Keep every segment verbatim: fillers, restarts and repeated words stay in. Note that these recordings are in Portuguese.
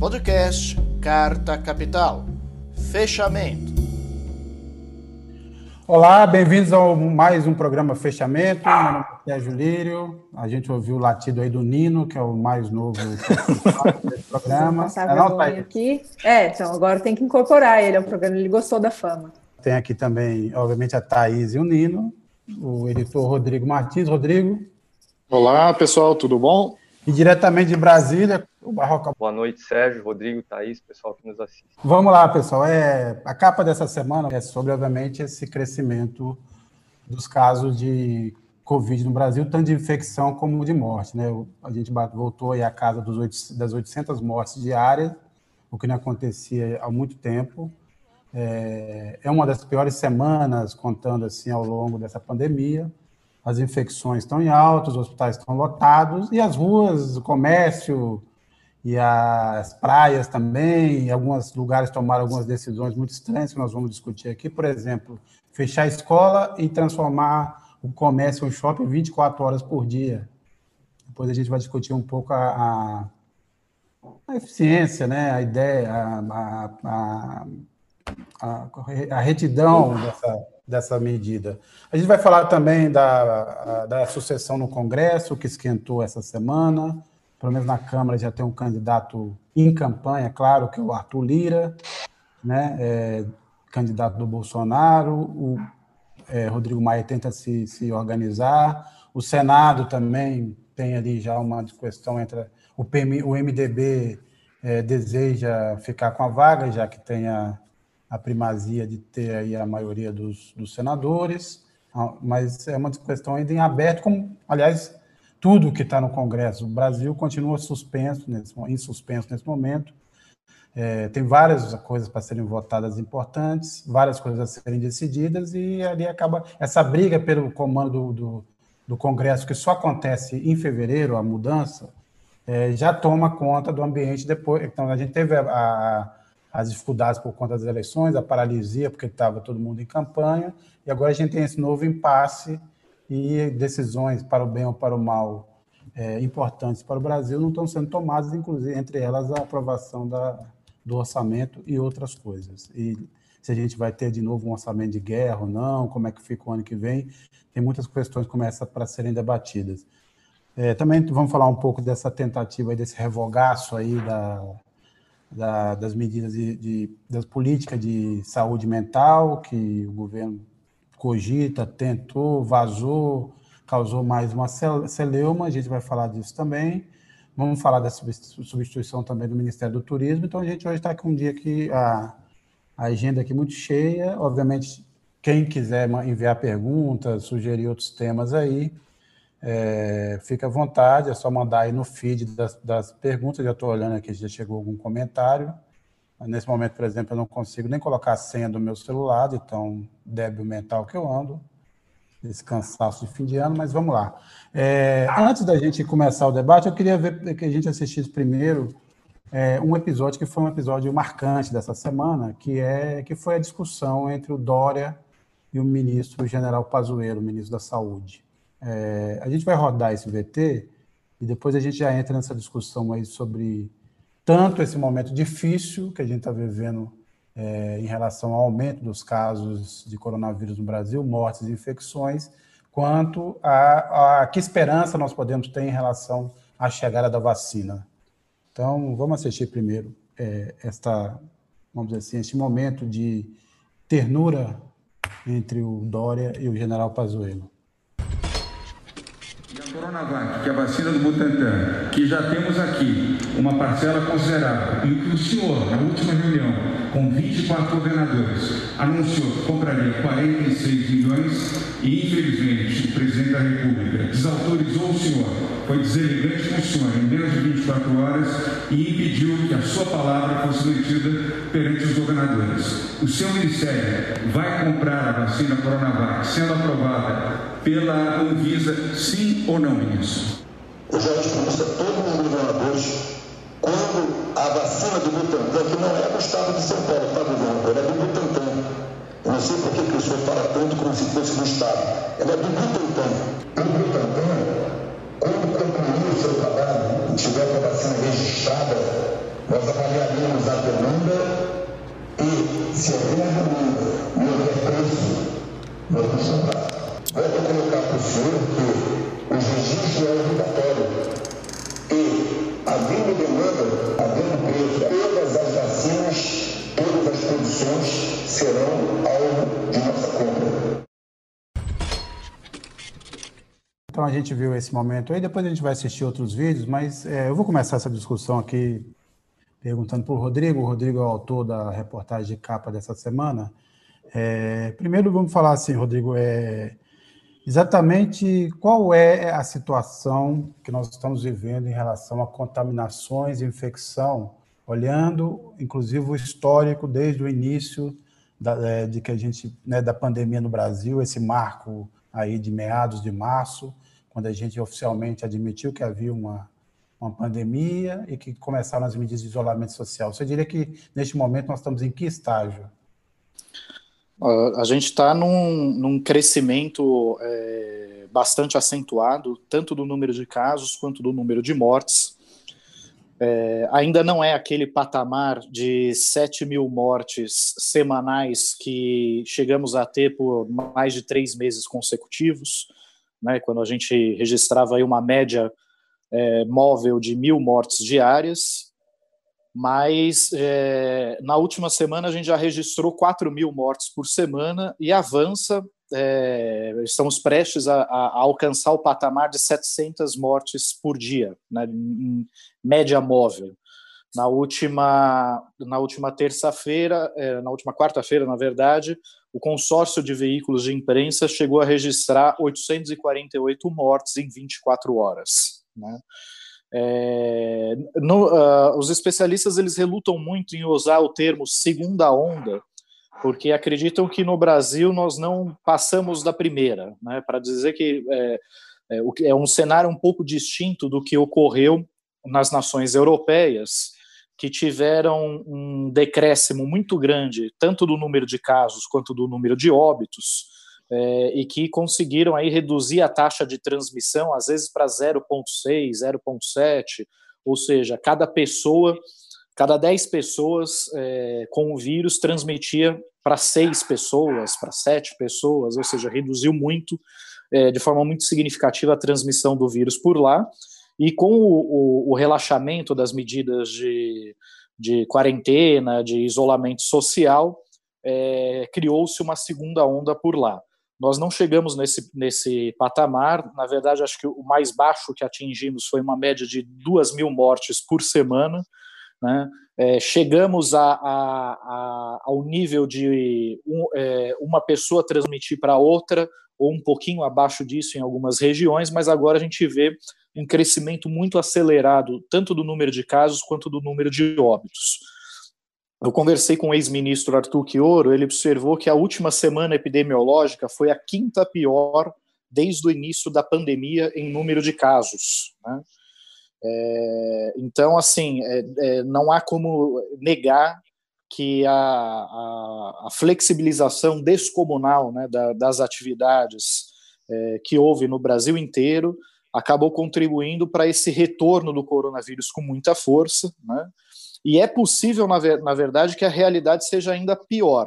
Podcast Carta Capital. Fechamento. Olá, bem-vindos a mais um programa Fechamento. Meu nome é Sérgio Lírio. A gente ouviu o latido aí do Nino, que é o mais novo desse programa. Passar é, não, aqui. É, então agora tem que incorporar ele ao programa, ele gostou da fama. Tem aqui também, obviamente, a Thaís e o Nino, o editor Rodrigo Martins. Rodrigo. Olá, pessoal, tudo bom? E diretamente de Brasília, o Barroca. Boa noite, Sérgio, Rodrigo, Thaís, pessoal que nos assiste. Vamos lá, pessoal. É, a capa dessa semana é sobre, obviamente, esse crescimento dos casos de Covid no Brasil, tanto de infecção como de morte, né? A gente voltou aí à casa dos oito, das oitocentas mortes diárias, o que não acontecia há muito tempo. É, é uma das piores semanas, contando assim, ao longo dessa pandemia. As infecções estão em alta, os hospitais estão lotados, e as ruas, o comércio e as praias também, em alguns lugares tomaram algumas decisões muito estranhas que nós vamos discutir aqui. Por exemplo, fechar a escola e transformar o comércio em um shopping vinte e quatro horas por dia. Depois a gente vai discutir um pouco a, a, a eficiência, né? A ideia, a, a, a, a retidão dessa, dessa medida. A gente vai falar também da, da sucessão no Congresso, que esquentou essa semana. Pelo menos na Câmara já tem um candidato em campanha, claro, que é o Arthur Lira, né? É, candidato do Bolsonaro. O é, Rodrigo Maia tenta se, se organizar. O Senado também tem ali já uma questão entre o, P M, o M D B é, deseja ficar com a vaga, já que tem a, a primazia de ter aí a maioria dos, dos senadores, mas é uma questão ainda em aberto, como, aliás, tudo que está no Congresso. O Brasil continua suspenso nesse, em suspenso nesse momento. É, tem várias coisas para serem votadas importantes, várias coisas a serem decididas, e ali acaba essa briga pelo comando do, do, do Congresso, que só acontece em fevereiro, a mudança, é, já toma conta do ambiente depois. Então, a gente teve a, a, as dificuldades por conta das eleições, a paralisia, porque estava todo mundo em campanha, e agora a gente tem esse novo impasse e decisões para o bem ou para o mal é, importantes para o Brasil não estão sendo tomadas, inclusive, entre elas, a aprovação da, do orçamento e outras coisas. E se a gente vai ter de novo um orçamento de guerra ou não, como é que fica o ano que vem, tem muitas questões como essa para serem debatidas. É, também vamos falar um pouco dessa tentativa, aí, desse revogaço aí da, da, das medidas de, de, das políticas de saúde mental, que o governo cogita, tentou, vazou, causou mais uma celeuma, a gente vai falar disso também. Vamos falar da substituição também do Ministério do Turismo. Então, a gente hoje está com um dia que a, a agenda aqui muito cheia. Obviamente, quem quiser enviar perguntas, sugerir outros temas aí, é, fica à vontade, é só mandar aí no feed das, das perguntas. Já estou olhando aqui, já chegou algum comentário. Nesse momento, por exemplo, eu não consigo nem colocar a senha do meu celular, de tão débil mental que eu ando, esse cansaço de fim de ano, mas vamos lá. É, antes da gente começar o debate, eu queria ver que a gente assistisse primeiro é, um episódio que foi um episódio marcante dessa semana, que, é, que foi a discussão entre o Dória e o ministro General Pazuello, o ministro da Saúde. É, a gente vai rodar esse V T e depois a gente já entra nessa discussão aí sobre tanto esse momento difícil que a gente está vivendo é, em relação ao aumento dos casos de coronavírus no Brasil, mortes e infecções, quanto a, a que esperança nós podemos ter em relação à chegada da vacina. Então, vamos assistir primeiro é, esta, vamos dizer assim, este momento de ternura entre o Dória e o general Pazuello. E a Coronavac, que é a vacina do Butantan, que já temos aqui uma parcela considerável, e que o senhor, na última reunião, com vinte e quatro governadores, anunciou que compraria quarenta e seis milhões e, infelizmente, o presidente da República desautorizou o senhor, foi deselegante com o senhor em menos de vinte e quatro horas e impediu que a sua palavra fosse mantida perante os governadores. O seu ministério vai comprar a vacina Coronavac, sendo aprovada pela Anvisa, sim ou não, ministro? Eu já respondi a todos os governadores quando a vacina do Butantan, que não é do estado de São Paulo, tá, governador? É do Butantan. Eu não sei por que o senhor fala tanto como se fosse do estado. Ela é do Butantan. O Butantan, quando concluir o seu trabalho e tiver com a vacina registrada nós avaliaremos a demanda e, se houver demanda e houver preço, nós vamos comprar. Volto a colocar para o senhor que o registro é obrigatório e, havendo demanda, havendo preço, todas as vacinas, todas as produções serão alvo de nossa compra. Então a gente viu esse momento aí, depois a gente vai assistir outros vídeos, mas é, eu vou começar essa discussão aqui perguntando para o Rodrigo. O Rodrigo é o autor da reportagem de capa dessa semana. É, primeiro vamos falar assim, Rodrigo, é, exatamente qual é a situação que nós estamos vivendo em relação a contaminações e infecção, olhando inclusive o histórico desde o início da, é, de que a gente, né, da pandemia no Brasil, esse marco aí de meados de março, quando a gente oficialmente admitiu que havia uma, uma pandemia e que começaram as medidas de isolamento social. Você diria que, neste momento, nós estamos em que estágio? Uh, a gente está num, num crescimento é, bastante acentuado, tanto do número de casos quanto do número de mortes. É, ainda não é aquele patamar de sete mil mortes semanais que chegamos a ter por mais de três meses consecutivos, né, quando a gente registrava aí uma média é, móvel de mil mortes diárias, mas é, na última semana a gente já registrou quatro mil mortes por semana e avança, é, estamos prestes a, a alcançar o patamar de setecentas mortes por dia, né, em média móvel. Na última, na última terça-feira, é, na última quarta-feira, na verdade, o consórcio de veículos de imprensa chegou a registrar oitocentas e quarenta e oito mortes em vinte e quatro horas, né? É, no, uh, os especialistas eles relutam muito em usar o termo segunda onda, porque acreditam que no Brasil nós não passamos da primeira, né, para dizer que é, é, é um cenário um pouco distinto do que ocorreu nas nações europeias, que tiveram um decréscimo muito grande, tanto do número de casos quanto do número de óbitos, É, e que conseguiram aí reduzir a taxa de transmissão, às vezes para zero vírgula seis, zero vírgula sete, ou seja, cada pessoa, cada dez pessoas é, com o vírus transmitia para seis pessoas, para sete pessoas, ou seja, reduziu muito, é, de forma muito significativa a transmissão do vírus por lá, e com o, o, o relaxamento das medidas de, de quarentena, de isolamento social, é, criou-se uma segunda onda por lá. Nós não chegamos nesse, nesse patamar, na verdade acho que o mais baixo que atingimos foi uma média de duas mil mortes por semana, né? É, chegamos a, a, a, ao nível de um, é, uma pessoa transmitir para outra, ou um pouquinho abaixo disso em algumas regiões, mas agora a gente vê um crescimento muito acelerado, tanto do número de casos quanto do número de óbitos. Eu conversei com o ex-ministro Arthur Quioro, ele observou que a última semana epidemiológica foi a quinta pior desde o início da pandemia em número de casos, né? É, então, assim, é, é, não há como negar que a, a, a flexibilização descomunal, né, da, das atividades é, que houve no Brasil inteiro acabou contribuindo para esse retorno do coronavírus com muita força, né? E é possível, na, ver, na verdade, que a realidade seja ainda pior,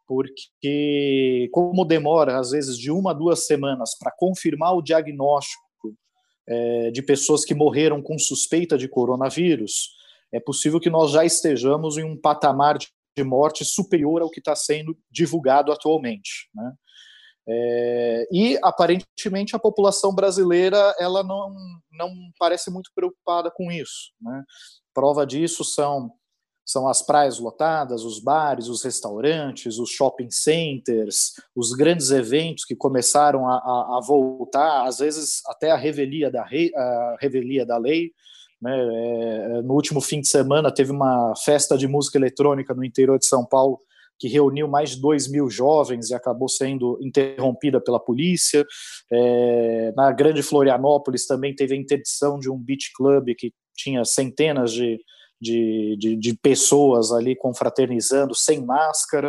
porque como demora, às vezes, de uma a duas semanas para confirmar o diagnóstico é, de pessoas que morreram com suspeita de coronavírus, é possível que nós já estejamos em um patamar de, de morte superior ao que está sendo divulgado atualmente, né? É, e, aparentemente, a população brasileira ela não, não parece muito preocupada com isso, né? Prova disso são, são as praias lotadas, os bares, os restaurantes, os shopping centers, os grandes eventos que começaram a, a, a voltar, às vezes até a revelia da, rei, a revelia da lei, né? É, no último fim de semana teve uma festa de música eletrônica no interior de São Paulo que reuniu mais de dois mil jovens e acabou sendo interrompida pela polícia. É, na Grande Florianópolis também teve a interdição de um beach club que tinha centenas de, de, de, de pessoas ali confraternizando sem máscara,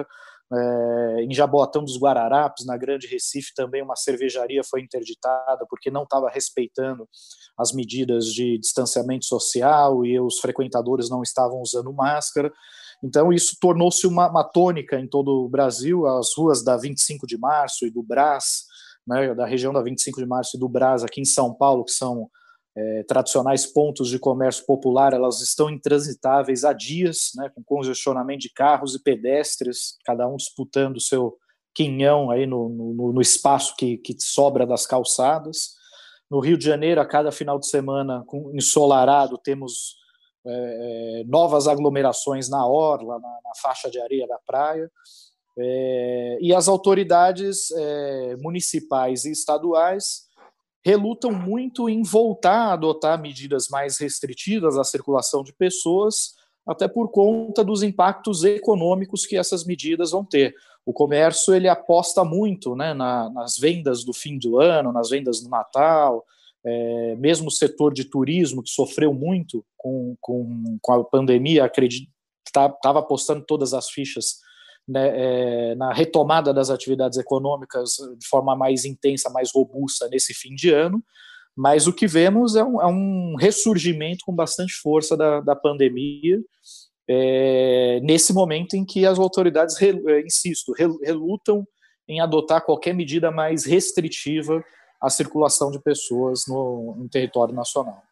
É, em Jaboatão dos Guararapes, na Grande Recife, também uma cervejaria foi interditada porque não estava respeitando as medidas de distanciamento social e os frequentadores não estavam usando máscara. Então isso tornou-se uma, uma tônica em todo o Brasil. As ruas da vinte e cinco de março e do Brás, né, da região da vinte e cinco de março e do Brás, aqui em São Paulo, que são é, tradicionais pontos de comércio popular, elas estão intransitáveis há dias, né, com congestionamento de carros e pedestres, cada um disputando o seu quinhão aí no, no, no espaço que, que sobra das calçadas. No Rio de Janeiro, a cada final de semana, com ensolarado, temos é, novas aglomerações na orla, na, na faixa de areia da praia. É, e as autoridades é, municipais e estaduais relutam muito em voltar a adotar medidas mais restritivas à circulação de pessoas, até por conta dos impactos econômicos que essas medidas vão ter. O comércio ele aposta muito, né, na, nas vendas do fim do ano, nas vendas do Natal, é, mesmo o setor de turismo, que sofreu muito com, com, com a pandemia, estava apostando todas as fichas, né, é, na retomada das atividades econômicas de forma mais intensa, mais robusta nesse fim de ano, mas o que vemos é um, é um ressurgimento com bastante força da, da pandemia, é, nesse momento em que as autoridades, insisto, relutam em adotar qualquer medida mais restritiva à circulação de pessoas no, no território nacional.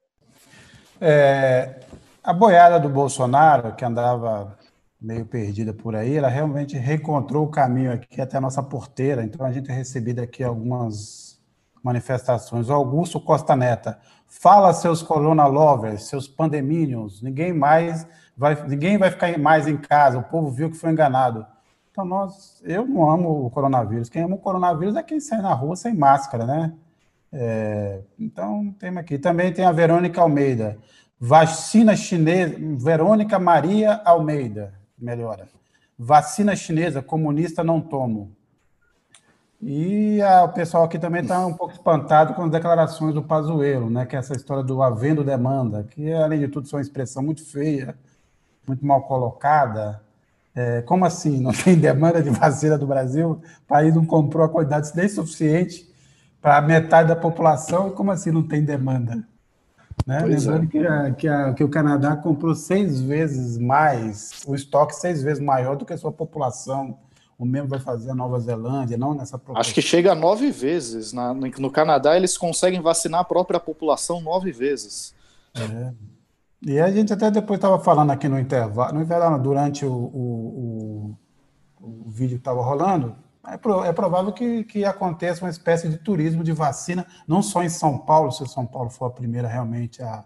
É, a boiada do Bolsonaro, que andava meio perdida por aí, ela realmente reencontrou o caminho aqui até a nossa porteira, então a gente tem recebido aqui algumas manifestações. O Augusto Costa Neta, fala seus corona lovers, seus pandeminions, ninguém mais vai, ninguém vai ficar mais em casa, o povo viu que foi enganado. Então nós, eu não amo o coronavírus, quem ama o coronavírus é quem sai na rua sem máscara, né? É, então tem aqui, também tem a Verônica Almeida, vacina chinesa, Verônica Maria Almeida, melhora. Vacina chinesa, comunista não tomo. E a, o pessoal aqui também está um pouco espantado com as declarações do Pazuello, né? Que é essa história do havendo demanda, que, além de tudo, é uma expressão muito feia, muito mal colocada. É, como assim? Não tem demanda de vacina do Brasil? O país não comprou a quantidade nem suficiente para metade da população? Como assim não tem demanda? Né? Lembrando é. que, a, que, a, que o Canadá comprou seis vezes mais, o estoque seis vezes maior do que a sua população. O mesmo vai fazer a Nova Zelândia, não nessa proporção. Acho que chega a nove vezes. Na, no Canadá, eles conseguem vacinar a própria população nove vezes. É. E a gente até depois estava falando aqui no intervalo, no intervalo durante o, o, o, o vídeo que estava rolando, é, pro, é provável que, que aconteça uma espécie de turismo de vacina, não só em São Paulo, se São Paulo for a primeira realmente a,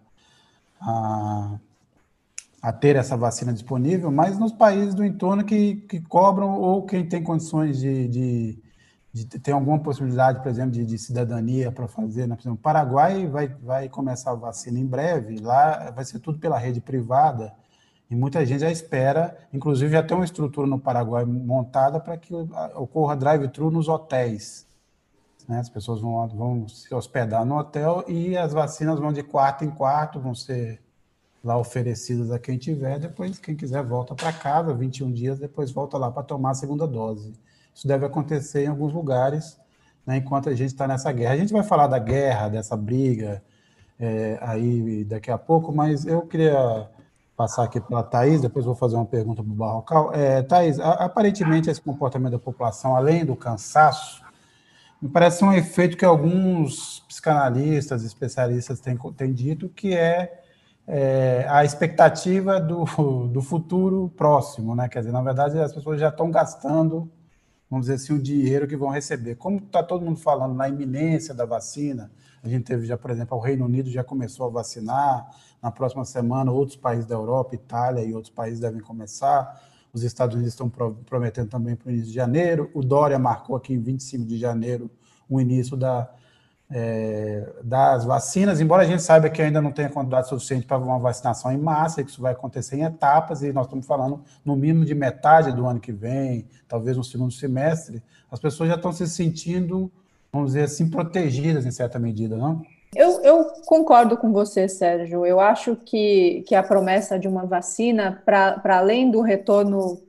a, a ter essa vacina disponível, mas nos países do entorno que, que cobram ou quem tem condições de, de, de ter alguma possibilidade, por exemplo, de, de cidadania para fazer. Né? Por exemplo, o Paraguai vai, vai começar a vacina em breve, lá vai ser tudo pela rede privada, e muita gente já espera, inclusive já tem uma estrutura no Paraguai montada para que ocorra drive-thru nos hotéis. Né? As pessoas vão, vão se hospedar no hotel e as vacinas vão de quarto em quarto, vão ser lá oferecidas a quem tiver, depois quem quiser volta para casa, vinte e um dias, depois volta lá para tomar a segunda dose. Isso deve acontecer em alguns lugares, né, enquanto a gente está nessa guerra. A gente vai falar da guerra, dessa briga é, aí daqui a pouco, mas eu queria passar aqui para a Thaís, depois vou fazer uma pergunta para o Barrocal. É, Thaís, a, aparentemente esse comportamento da população, além do cansaço, me parece um efeito que alguns psicanalistas, especialistas têm, têm dito, que é, é a expectativa do, do futuro próximo, né? Quer dizer, na verdade, as pessoas já estão gastando, vamos dizer assim, o dinheiro que vão receber. Como está todo mundo falando na iminência da vacina, a gente teve já, por exemplo, o Reino Unido já começou a vacinar, na próxima semana outros países da Europa, Itália e outros países devem começar, os Estados Unidos estão prometendo também para o início de janeiro, o Dória marcou aqui em vinte e cinco de janeiro o início da, é, das vacinas, embora a gente saiba que ainda não tenha quantidade suficiente para uma vacinação em massa, que isso vai acontecer em etapas, e nós estamos falando no mínimo de metade do ano que vem, talvez no segundo semestre, as pessoas já estão se sentindo, vamos dizer assim, protegidas em certa medida, não? Eu, eu concordo com você, Sérgio. Eu acho que, que a promessa de uma vacina, para além do retorno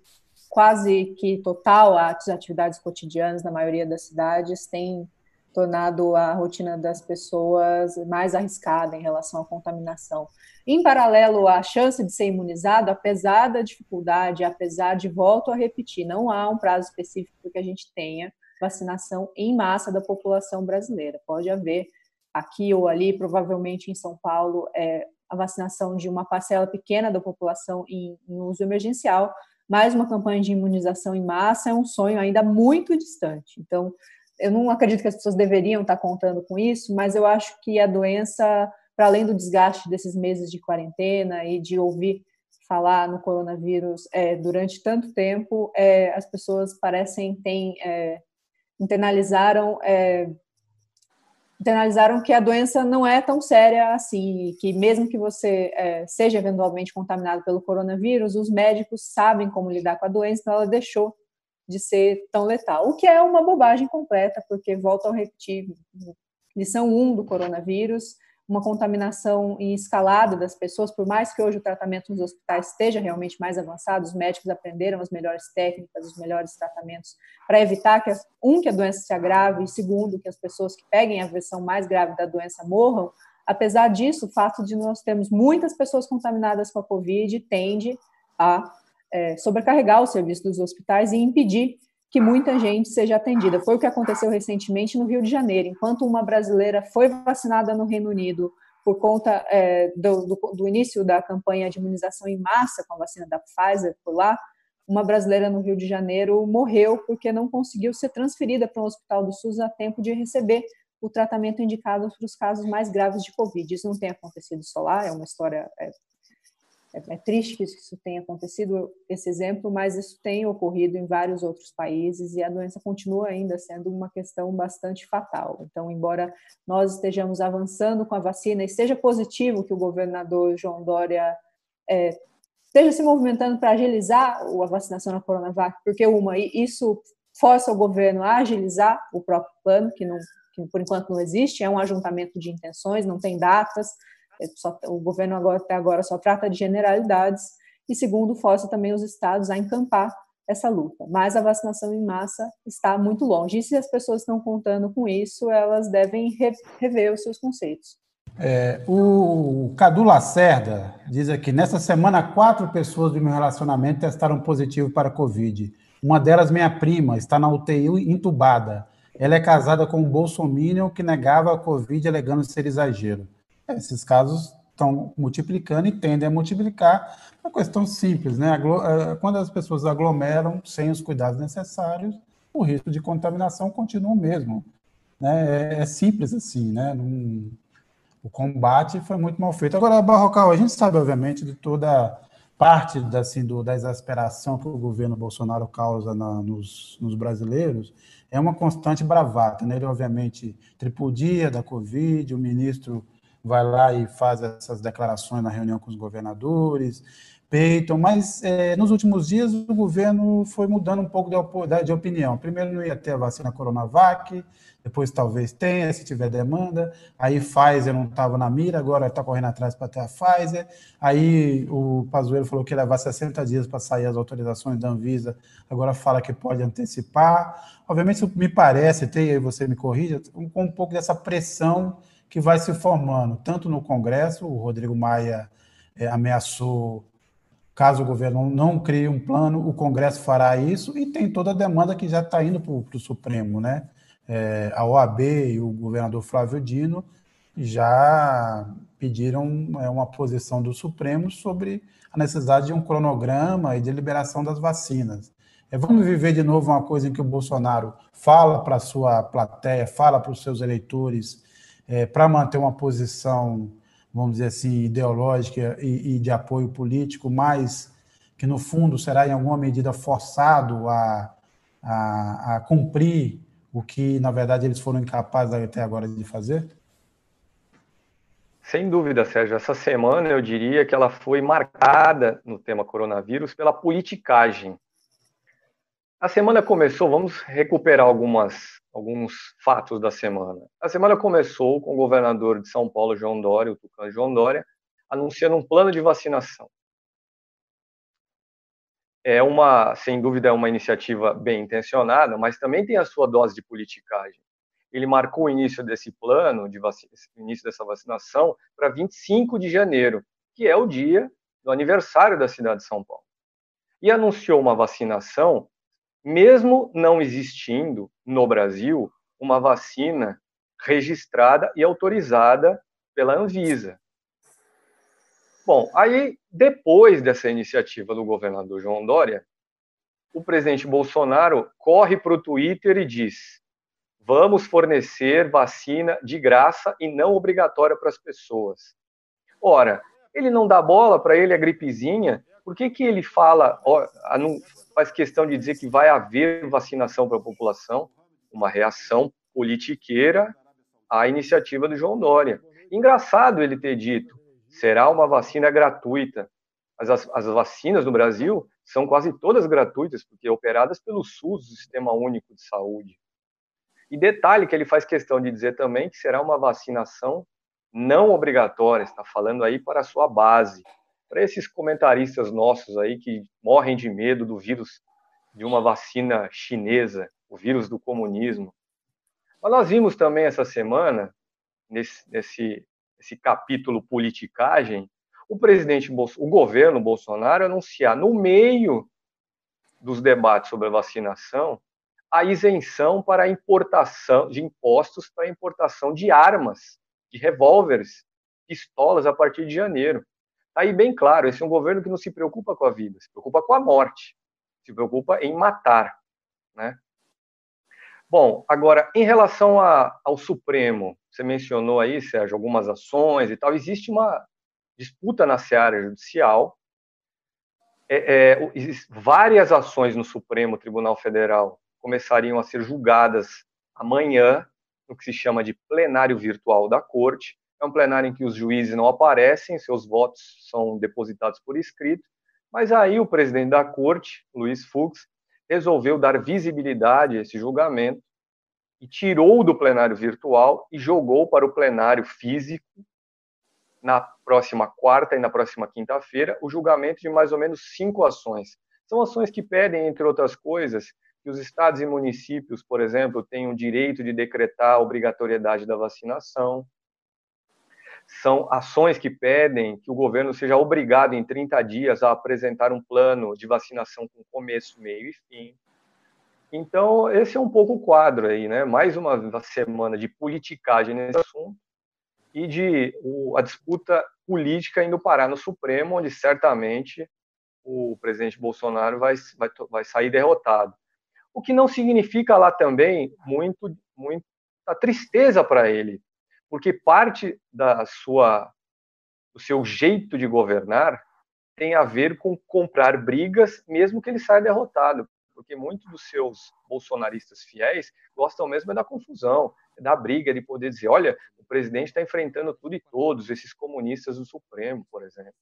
quase que total às atividades cotidianas na maioria das cidades tem tornado a rotina das pessoas mais arriscada em relação à contaminação. Em paralelo, a chance de ser imunizado, apesar da dificuldade, apesar de, volto a repetir, não há um prazo específico para que a gente tenha vacinação em massa da população brasileira. Pode haver aqui ou ali, provavelmente em São Paulo, é, a vacinação de uma parcela pequena da população em, em uso emergencial, mas uma campanha de imunização em massa é um sonho ainda muito distante. Então, eu não acredito que as pessoas deveriam estar contando com isso, mas eu acho que a doença, para além do desgaste desses meses de quarentena e de ouvir falar no coronavírus é, durante tanto tempo, é, as pessoas parecem ter, é, internalizaram, é, internalizaram que a doença não é tão séria assim, que mesmo que você é, seja eventualmente contaminado pelo coronavírus, os médicos sabem como lidar com a doença, então ela deixou de ser tão letal, o que é uma bobagem completa, porque, volto a repetir, lição um do coronavírus, uma contaminação em escalada das pessoas, por mais que hoje o tratamento nos hospitais esteja realmente mais avançado, os médicos aprenderam as melhores técnicas, os melhores tratamentos para evitar, que um, que a doença se agrave, e segundo, que as pessoas que peguem a versão mais grave da doença morram. Apesar disso, o fato de nós termos muitas pessoas contaminadas com a Covid tende a É, sobrecarregar o serviço dos hospitais e impedir que muita gente seja atendida. Foi o que aconteceu recentemente no Rio de Janeiro. Enquanto uma brasileira foi vacinada no Reino Unido por conta é, do, do, do início da campanha de imunização em massa com a vacina da Pfizer por lá, uma brasileira no Rio de Janeiro morreu porque não conseguiu ser transferida para um hospital do SUS a tempo de receber o tratamento indicado para os casos mais graves de Covid. Isso não tem acontecido só lá, é uma história... É, É, é triste que isso tenha acontecido, esse exemplo, mas isso tem ocorrido em vários outros países e a doença continua ainda sendo uma questão bastante fatal. Então, embora nós estejamos avançando com a vacina e seja positivo que o governador João Dória é, esteja se movimentando para agilizar a vacinação na Coronavac, porque uma, isso força o governo a agilizar o próprio plano, que, não, que por enquanto não existe, é um ajuntamento de intenções, não tem datas. Só, o governo agora, até agora só trata de generalidades, e segundo, força também os estados a encampar essa luta. Mas a vacinação em massa está muito longe, e se as pessoas estão contando com isso, elas devem re, rever os seus conceitos. É, o Cadu Lacerda diz aqui, nessa semana, quatro pessoas do meu relacionamento testaram positivo para a Covid. Uma delas, minha prima, está na U T I entubada. Ela é casada com um bolsominion que negava a Covid, alegando ser exagero. Esses casos estão multiplicando e tendem a multiplicar. É uma questão simples, né? Quando as pessoas aglomeram sem os cuidados necessários, o risco de contaminação continua o mesmo, né? É simples assim, né? O combate foi muito mal feito. Agora, Barrocal, a gente sabe, obviamente, de toda parte assim, do, da exasperação que o governo Bolsonaro causa na, nos, nos brasileiros, é uma constante bravata, né? Ele, obviamente, tripudia da Covid, o ministro vai lá e faz essas declarações na reunião com os governadores, peitam, mas é, nos últimos dias o governo foi mudando um pouco de, de opinião. Primeiro não ia ter a vacina Coronavac, depois talvez tenha, se tiver demanda, aí Pfizer não estava na mira, agora está correndo atrás para ter a Pfizer, aí o Pazuello falou que ia levar sessenta dias para sair as autorizações da Anvisa, agora fala que pode antecipar. Obviamente isso me parece, tem aí você me corrija, com um, um pouco dessa pressão que vai se formando, tanto no Congresso, o Rodrigo Maia é, ameaçou, caso o governo não crie um plano, o Congresso fará isso, e tem toda a demanda que já está indo para o Supremo, né? É, a O A B e o governador Flávio Dino já pediram é, uma posição do Supremo sobre a necessidade de um cronograma e de liberação das vacinas. É, vamos viver de novo uma coisa em que o Bolsonaro fala para a sua plateia, fala para os seus eleitores, É, para manter uma posição, vamos dizer assim, ideológica e, e de apoio político, mas que, no fundo, será, em alguma medida, forçado a, a, a cumprir o que, na verdade, eles foram incapazes até agora de fazer? Sem dúvida, Sérgio. Essa semana, eu diria que ela foi marcada no tema coronavírus pela politicagem. A semana começou, vamos recuperar algumas, alguns fatos da semana. A semana começou com o governador de São Paulo, João Dória, o Tucano João Dória, anunciando um plano de vacinação. é uma, sem dúvida, é uma iniciativa bem intencionada, mas também tem a sua dose de politicagem. Ele marcou o início desse plano, de vacina, início dessa vacinação, para vinte e cinco de janeiro, que é o dia do aniversário da cidade de São Paulo. E anunciou uma vacinação, mesmo não existindo no Brasil uma vacina registrada e autorizada pela Anvisa. Bom, aí, depois dessa iniciativa do governador João Dória, o presidente Bolsonaro corre para o Twitter e diz: vamos fornecer vacina de graça e não obrigatória para as pessoas. Ora, ele não dá bola para ele a gripezinha, por que que ele fala, ó, faz questão de dizer que vai haver vacinação para a população? Uma reação politiqueira à iniciativa do João Dória. Engraçado ele ter dito, será uma vacina gratuita. As, as, as vacinas no Brasil são quase todas gratuitas, porque operadas pelo SUS, o Sistema Único de Saúde. E detalhe que ele faz questão de dizer também que será uma vacinação não obrigatória, está falando aí para a sua base. Para esses comentaristas nossos aí que morrem de medo do vírus de uma vacina chinesa, o vírus do comunismo. Mas nós vimos também essa semana, nesse, nesse, nesse capítulo politicagem, o presidente, o governo Bolsonaro anunciar no meio dos debates sobre a vacinação a isenção para a importação de impostos para a importação de armas, de revólveres, pistolas a partir de janeiro. Está aí bem claro, esse é um governo que não se preocupa com a vida, se preocupa com a morte, se preocupa em matar, né? Bom, agora, em relação a, ao Supremo, você mencionou aí, Sérgio, algumas ações e tal, existe uma disputa na seara judicial, é, é, várias ações no Supremo Tribunal Federal começariam a ser julgadas amanhã, no que se chama de plenário virtual da Corte. É um plenário em que os juízes não aparecem, seus votos são depositados por escrito, mas aí o presidente da Corte, Luiz Fux, resolveu dar visibilidade a esse julgamento e tirou do plenário virtual e jogou para o plenário físico, na próxima quarta e na próxima quinta-feira, o julgamento de mais ou menos cinco ações. São ações que pedem, entre outras coisas, que os estados e municípios, por exemplo, tenham o direito de decretar a obrigatoriedade da vacinação. São ações que pedem que o governo seja obrigado em trinta dias a apresentar um plano de vacinação com começo, meio e fim. Então, esse é um pouco o quadro aí, né? Mais uma semana de politicagem nesse assunto e de o, a disputa política indo parar no Supremo, onde certamente o presidente Bolsonaro vai, vai, vai sair derrotado. O que não significa lá também muito, muita tristeza para ele, porque parte da sua, do seu jeito de governar tem a ver com comprar brigas, mesmo que ele saia derrotado, porque muitos dos seus bolsonaristas fiéis gostam mesmo é da confusão, é da briga, de poder dizer, olha, o presidente está enfrentando tudo e todos, esses comunistas do Supremo, por exemplo.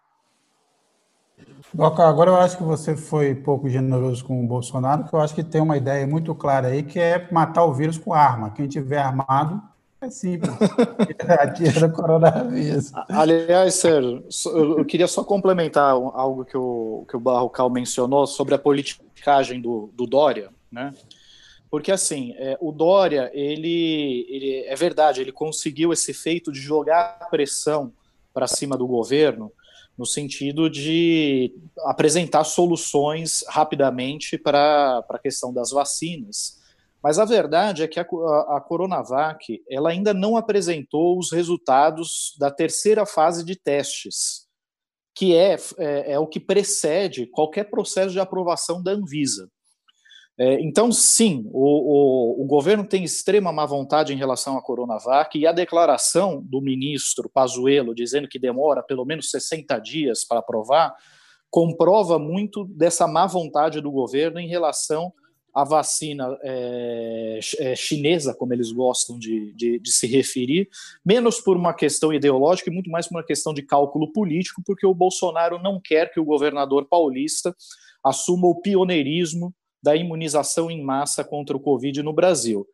Doca, agora eu acho que você foi pouco generoso com o Bolsonaro, que eu acho que tem uma ideia muito clara aí, que é matar o vírus com arma. Quem tiver armado, é simples. Atira do coronavírus. Aliás, Sérgio, eu queria só complementar algo que o, que o Barrocal mencionou sobre a politicagem do, do Dória, né? Porque, assim, é, o Dória, ele, ele, é verdade, ele conseguiu esse feito de jogar pressão para cima do governo, no sentido de apresentar soluções rapidamente para a questão das vacinas. Mas a verdade é que a, a, a Coronavac ela ainda não apresentou os resultados da terceira fase de testes, que é, é, é o que precede qualquer processo de aprovação da Anvisa. É, então, sim, o, o, o governo tem extrema má vontade em relação à Coronavac, e a declaração do ministro Pazuello dizendo que demora pelo menos sessenta dias para aprovar, comprova muito dessa má vontade do governo em relação à vacina é, é, chinesa, como eles gostam de, de, de se referir, menos por uma questão ideológica e muito mais por uma questão de cálculo político, porque o Bolsonaro não quer que o governador paulista assuma o pioneirismo da imunização em massa contra o Covid no Brasil.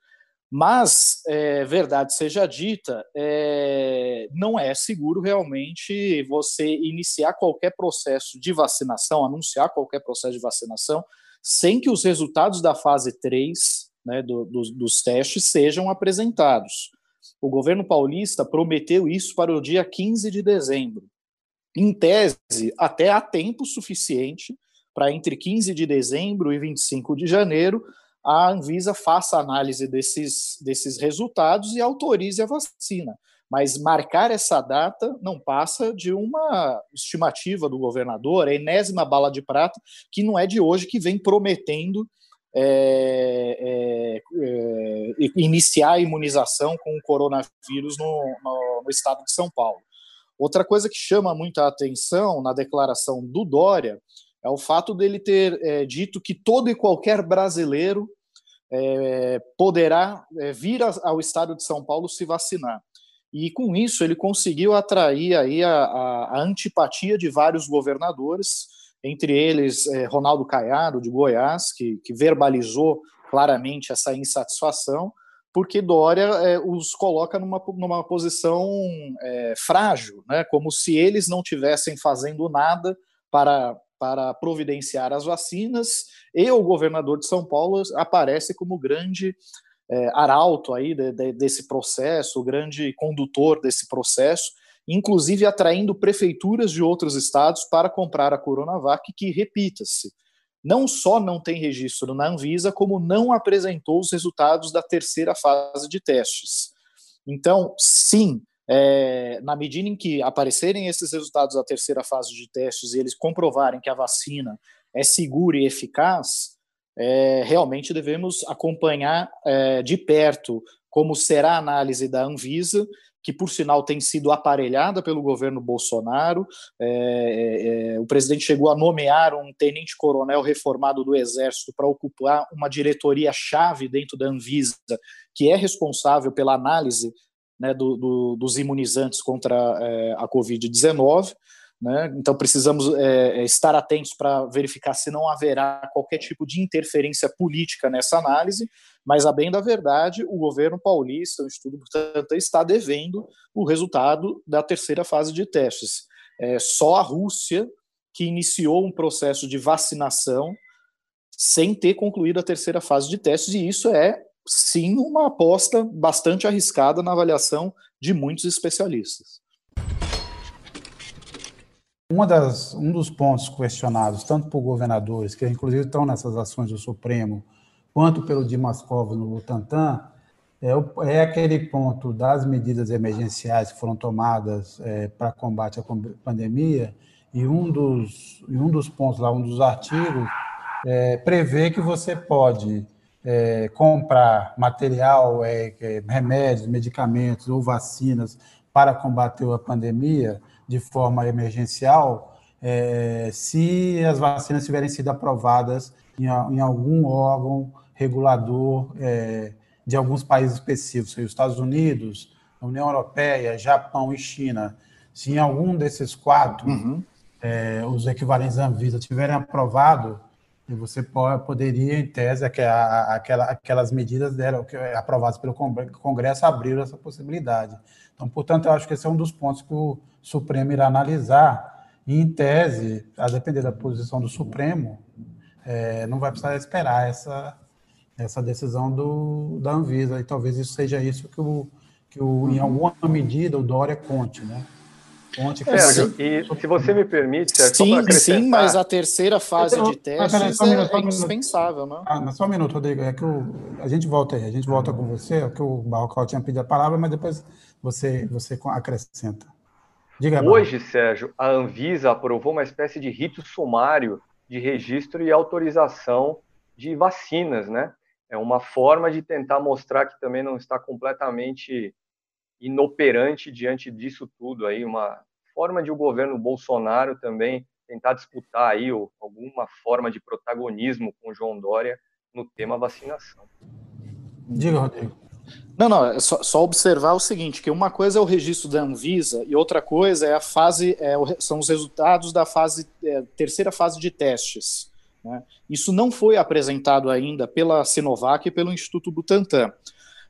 Mas, é, verdade seja dita, é, não é seguro realmente você iniciar qualquer processo de vacinação, anunciar qualquer processo de vacinação, sem que os resultados da fase três, né, do, do, dos testes sejam apresentados. O governo paulista prometeu isso para o dia quinze de dezembro. Em tese, até há tempo suficiente para entre quinze de dezembro e vinte e cinco de janeiro a Anvisa faça análise desses, desses resultados e autorize a vacina. Mas marcar essa data não passa de uma estimativa do governador, a enésima bala de prata, que não é de hoje, que vem prometendo é, é, é, iniciar a imunização com o coronavírus no, no, no estado de São Paulo. Outra coisa que chama muita atenção na declaração do Dória é o fato dele ter é, dito que todo e qualquer brasileiro é, poderá é, vir a, ao estado de São Paulo se vacinar. E com isso ele conseguiu atrair aí a, a, a antipatia de vários governadores, entre eles é, Ronaldo Caiado, de Goiás, que, que verbalizou claramente essa insatisfação, porque Dória é, os coloca numa, numa posição é, frágil, né, como se eles não estivessem fazendo nada para, para providenciar as vacinas, e o governador de São Paulo aparece como grande é, arauto aí de, de, desse processo, o grande condutor desse processo, inclusive atraindo prefeituras de outros estados para comprar a Coronavac, que, repita-se, não só não tem registro na Anvisa, como não apresentou os resultados da terceira fase de testes. Então, sim, é, na medida em que aparecerem esses resultados da terceira fase de testes e eles comprovarem que a vacina é segura e eficaz, é, realmente devemos acompanhar é, de perto como será a análise da Anvisa, que, por sinal, tem sido aparelhada pelo governo Bolsonaro. É, é, o presidente chegou a nomear um tenente-coronel reformado do Exército para ocupar uma diretoria-chave dentro da Anvisa, que é responsável pela análise, né, do, do, dos imunizantes contra é, a covid dezenove. Né? Então, precisamos é, estar atentos para verificar se não haverá qualquer tipo de interferência política nessa análise, mas, a bem da verdade, o governo paulista, o Instituto Butantan, está devendo o resultado da terceira fase de testes. É só a Rússia que iniciou um processo de vacinação sem ter concluído a terceira fase de testes, e isso é, sim, uma aposta bastante arriscada na avaliação de muitos especialistas. Uma das, um dos pontos questionados, tanto por governadores, que inclusive estão nessas ações do Supremo, quanto pelo Dimas Covas no Butantan, é, o, é aquele ponto das medidas emergenciais que foram tomadas é, para combate à pandemia, e um dos, e um dos pontos lá, um dos artigos, é, prevê que você pode é, comprar material, é, é, remédios, medicamentos ou vacinas para combater a pandemia de forma emergencial, é, se as vacinas tiverem sido aprovadas em, em algum órgão regulador é, de alguns países específicos, os Estados Unidos, a União Europeia, Japão e China. Se em algum desses quatro, uhum. é, os equivalentes à Anvisa tiverem aprovado, você pode, poderia, em tese, aquela, aquelas medidas deram, aprovadas pelo Congresso abriram essa possibilidade. Então, portanto, eu acho que esse é um dos pontos que o Supremo irá analisar, e, em tese, a depender da posição do Supremo, é, não vai precisar esperar essa, essa decisão do, da Anvisa, e talvez isso seja isso que, o, que o, em alguma medida, o Dória conte, né? Conte que Sérgio, e se você me permite, Sérgio, sim, só para acrescentar... sim, mas a terceira fase eu, de testes ah, só um minuto, é, é indispensável, né? Ah, mas só um minuto, Rodrigo, é que o, a gente volta aí, a gente volta com você, é que o Barrocal tinha pedido a palavra, mas depois você, você acrescenta. Diga, Hoje, Barrocal. Sérgio, a Anvisa aprovou uma espécie de rito sumário de registro e autorização de vacinas, né? É uma forma de tentar mostrar que também não está completamente inoperante diante disso tudo aí, uma forma de o governo Bolsonaro também tentar disputar aí alguma forma de protagonismo com o João Dória no tema vacinação. Diga, Rodrigo. Não, não, é só, só observar o seguinte, que uma coisa é o registro da Anvisa e outra coisa é a fase, é, são os resultados da fase, é, terceira fase de testes. Né? Isso não foi apresentado ainda pela Sinovac e pelo Instituto Butantan.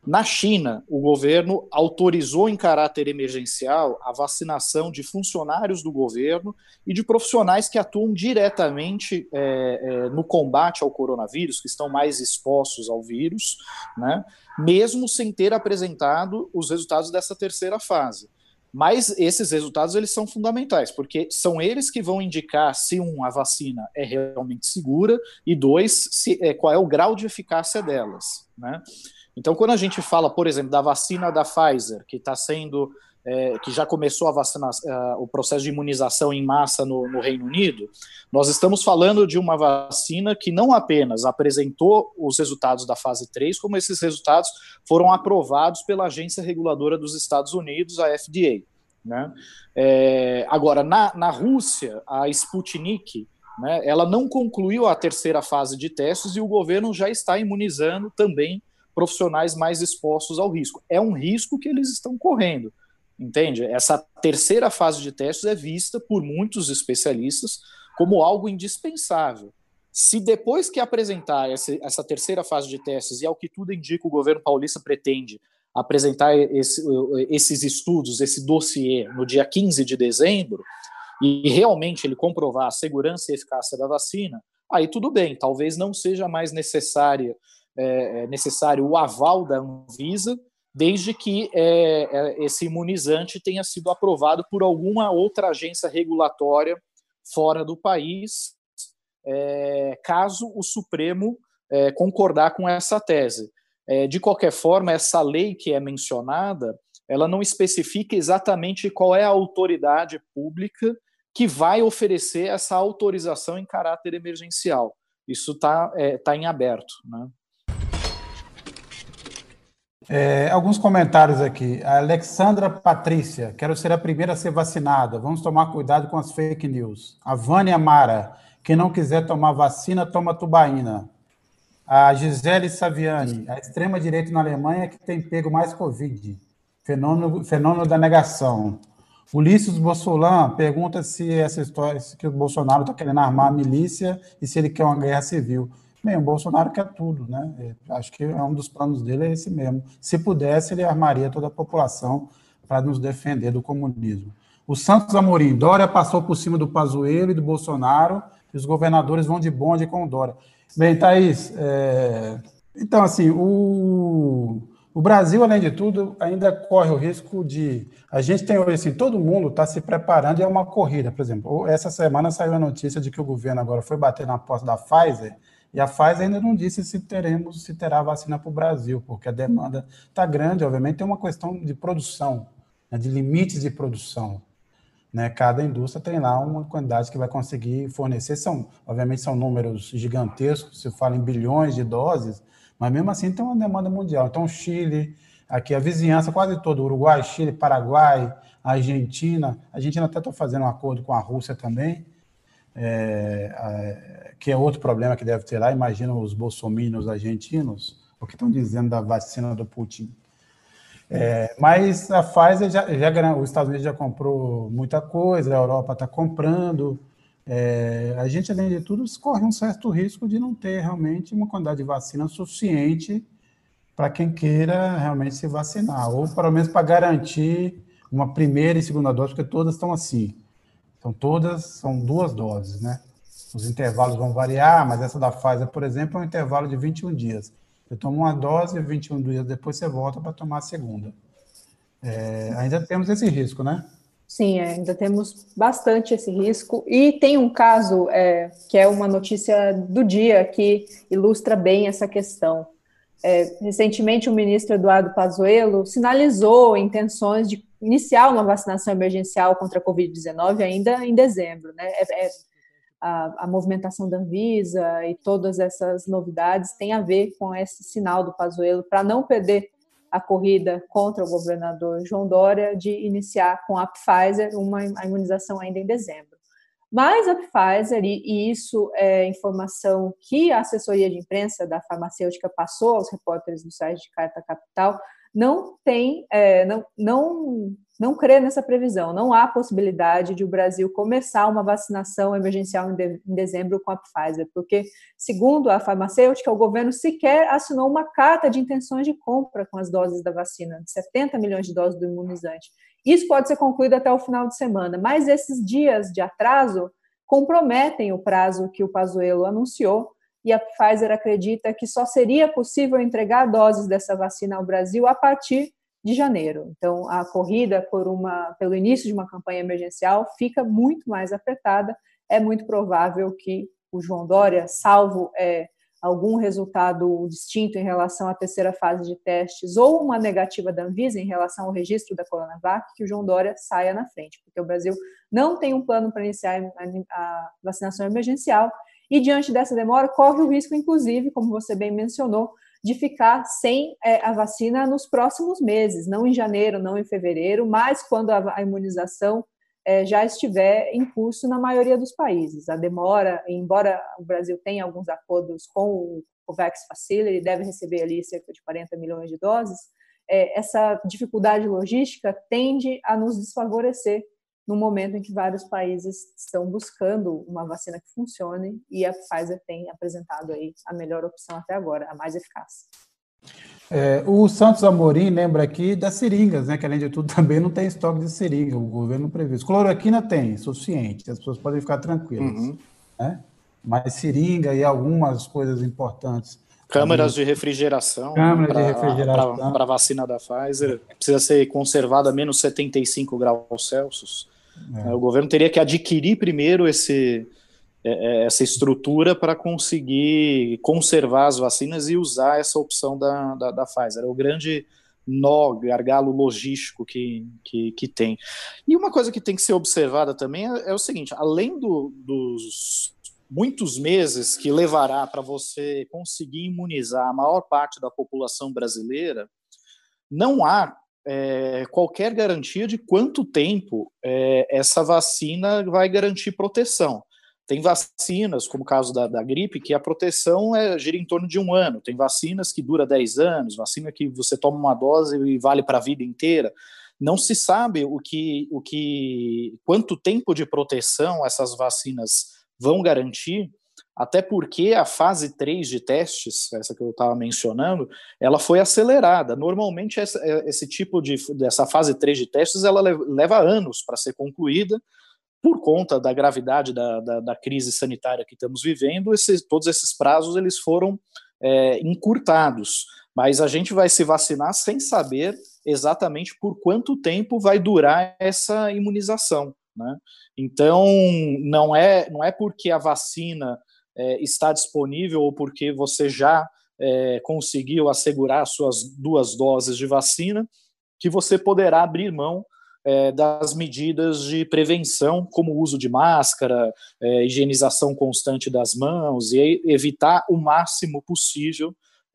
Na China, o governo autorizou em caráter emergencial a vacinação de funcionários do governo e de profissionais que atuam diretamente é, é, no combate ao coronavírus, que estão mais expostos ao vírus, né, mesmo sem ter apresentado os resultados dessa terceira fase. Mas esses resultados eles são fundamentais, porque são eles que vão indicar se, um, a vacina é realmente segura e, dois, se, é, qual é o grau de eficácia delas, né? Então, quando a gente fala, por exemplo, da vacina da Pfizer, que está sendo, é, que já começou a vacinar, uh, o processo de imunização em massa no, no Reino Unido, nós estamos falando de uma vacina que não apenas apresentou os resultados da fase três, como esses resultados foram aprovados pela agência reguladora dos Estados Unidos, a F D A. Né? É, agora, na, na Rússia, a Sputnik, né, ela não concluiu a terceira fase de testes e o governo já está imunizando também profissionais mais expostos ao risco. É um risco que eles estão correndo, entende? Essa terceira fase de testes é vista por muitos especialistas como algo indispensável. Se depois que apresentar essa, essa terceira fase de testes, e ao que tudo indica o governo paulista pretende apresentar esse, esses estudos, esse dossiê, no dia quinze de dezembro, e realmente ele comprovar a segurança e eficácia da vacina, aí tudo bem, talvez não seja mais necessária É, é necessário o aval da Anvisa, desde que é, é, esse imunizante tenha sido aprovado por alguma outra agência regulatória fora do país, é, caso o Supremo é, concordar com essa tese. É, de qualquer forma, essa lei que é mencionada, ela não especifica exatamente qual é a autoridade pública que vai oferecer essa autorização em caráter emergencial. Isso está é, tá em aberto, né? É, alguns comentários aqui. A Alexandra Patrícia, quero ser a primeira a ser vacinada. Vamos tomar cuidado com as fake news. A Vânia Mara, quem não quiser tomar vacina, toma tubaína. A Gisele Saviani, a extrema-direita na Alemanha é que tem pego mais Covid. Fenômeno, fenômeno da negação. Ulisses Bossolan pergunta se essa história, se que o Bolsonaro está querendo armar a milícia e se ele quer uma guerra civil. Bem, o Bolsonaro quer tudo, né? Acho que é um dos planos dele é esse mesmo. Se pudesse, ele armaria toda a população para nos defender do comunismo. O Santos Amorim, Dória passou por cima do Pazuello e do Bolsonaro, e os governadores vão de bonde com o Dória. Bem, Thaís, é... então, assim, o... o Brasil, além de tudo, ainda corre o risco de... A gente tem, assim, todo mundo está se preparando e é uma corrida, por exemplo. Essa semana saiu a notícia de que o governo agora foi bater na porta da Pfizer, e a Pfizer ainda não disse se teremos, se terá vacina para o Brasil, porque a demanda está grande, obviamente, tem uma questão de produção, né, de limites de produção. Né? Cada indústria tem lá uma quantidade que vai conseguir fornecer. São, obviamente, são números gigantescos, se fala em bilhões de doses, mas mesmo assim tem uma demanda mundial. Então, o Chile, aqui a vizinhança quase toda, Uruguai, Chile, Paraguai, Argentina, a Argentina até está fazendo um acordo com a Rússia também, É, é, que é outro problema que deve ter lá. Imagina os bolsominions argentinos, o que estão dizendo da vacina do Putin. É, mas a Pfizer, já, já, os Estados Unidos já comprou muita coisa, a Europa está comprando. É, a gente, além de tudo, corre um certo risco de não ter realmente uma quantidade de vacina suficiente para quem queira realmente se vacinar, ou pelo menos para garantir uma primeira e segunda dose, porque todas estão assim. Então, todas são duas doses, né? Os intervalos vão variar, mas essa da Pfizer, por exemplo, é um intervalo de vinte e um dias. Você toma uma dose e vinte e um dias depois você volta para tomar a segunda. É, ainda temos esse risco, né? Sim, ainda temos bastante esse risco. E tem um caso é, que é uma notícia do dia que ilustra bem essa questão. É, recentemente, o ministro Eduardo Pazuello sinalizou intenções de iniciar uma vacinação emergencial contra a covid dezenove ainda em dezembro, né? É, é, a, a movimentação da Anvisa e todas essas novidades têm a ver com esse sinal do Pazuello para não perder a corrida contra o governador João Dória de iniciar com a Pfizer uma a imunização ainda em dezembro. Mas a Pfizer, e, e isso é informação que a assessoria de imprensa da farmacêutica passou aos repórteres do site de Carta Capital, não tem, é, não, não, não crê nessa previsão. Não há possibilidade de o Brasil começar uma vacinação emergencial em, de, em dezembro com a Pfizer, porque, segundo a farmacêutica, o governo sequer assinou uma carta de intenções de compra com as doses da vacina, de setenta milhões de doses do imunizante. Isso pode ser concluído até o final de semana, mas esses dias de atraso comprometem o prazo que o Pazuello anunciou, e a Pfizer acredita que só seria possível entregar doses dessa vacina ao Brasil a partir de janeiro. Então, a corrida por uma, pelo início de uma campanha emergencial fica muito mais apertada. É muito provável que o João Dória, salvo é, algum resultado distinto em relação à terceira fase de testes ou uma negativa da Anvisa em relação ao registro da Coronavac, que o João Dória saia na frente, porque o Brasil não tem um plano para iniciar a vacinação emergencial e, diante dessa demora, corre o risco, inclusive, como você bem mencionou, de ficar sem é, a vacina nos próximos meses, não em janeiro, não em fevereiro, mas quando a, a imunização é, já estiver em curso na maioria dos países. A demora, embora o Brasil tenha alguns acordos com o COVAX Facility, deve receber ali cerca de quarenta milhões de doses, é, essa dificuldade logística tende a nos desfavorecer no momento em que vários países estão buscando uma vacina que funcione, e a Pfizer tem apresentado aí a melhor opção até agora, a mais eficaz. É, o Santos Amorim lembra aqui das seringas, né, que além de tudo também não tem estoque de seringa, o governo previsto. Cloroquina tem, suficiente, as pessoas podem ficar tranquilas. Uhum. Né? Mas seringa e algumas coisas importantes. Câmaras de refrigeração, Câmara de refrigeração. Para a vacina da Pfizer, precisa ser conservada a menos setenta e cinco graus Celsius. É. O governo teria que adquirir primeiro esse, essa estrutura para conseguir conservar as vacinas e usar essa opção da, da, da Pfizer. É o grande nó, gargalo logístico que, que, que tem. E uma coisa que tem que ser observada também é, é o seguinte, além do, dos muitos meses que levará para você conseguir imunizar a maior parte da população brasileira, não há É, qualquer garantia de quanto tempo é, essa vacina vai garantir proteção. Tem vacinas, como o caso da, da gripe, que a proteção é, gira em torno de um ano. Tem vacinas que dura dez anos, vacina que você toma uma dose e vale para a vida inteira. Não se sabe o que, o que, quanto tempo de proteção essas vacinas vão garantir, até porque a fase três de testes, essa que eu estava mencionando, ela foi acelerada. Normalmente, essa, esse tipo de, dessa fase três de testes, ela leva anos para ser concluída, por conta da gravidade da, da, da crise sanitária que estamos vivendo. Esses, todos esses prazos eles foram é, encurtados, mas a gente vai se vacinar sem saber exatamente por quanto tempo vai durar essa imunização, né? Então, não é, não é porque a vacina É, está disponível ou porque você já é, conseguiu assegurar suas duas doses de vacina, que você poderá abrir mão é, das medidas de prevenção, como o uso de máscara, é, higienização constante das mãos e evitar o máximo possível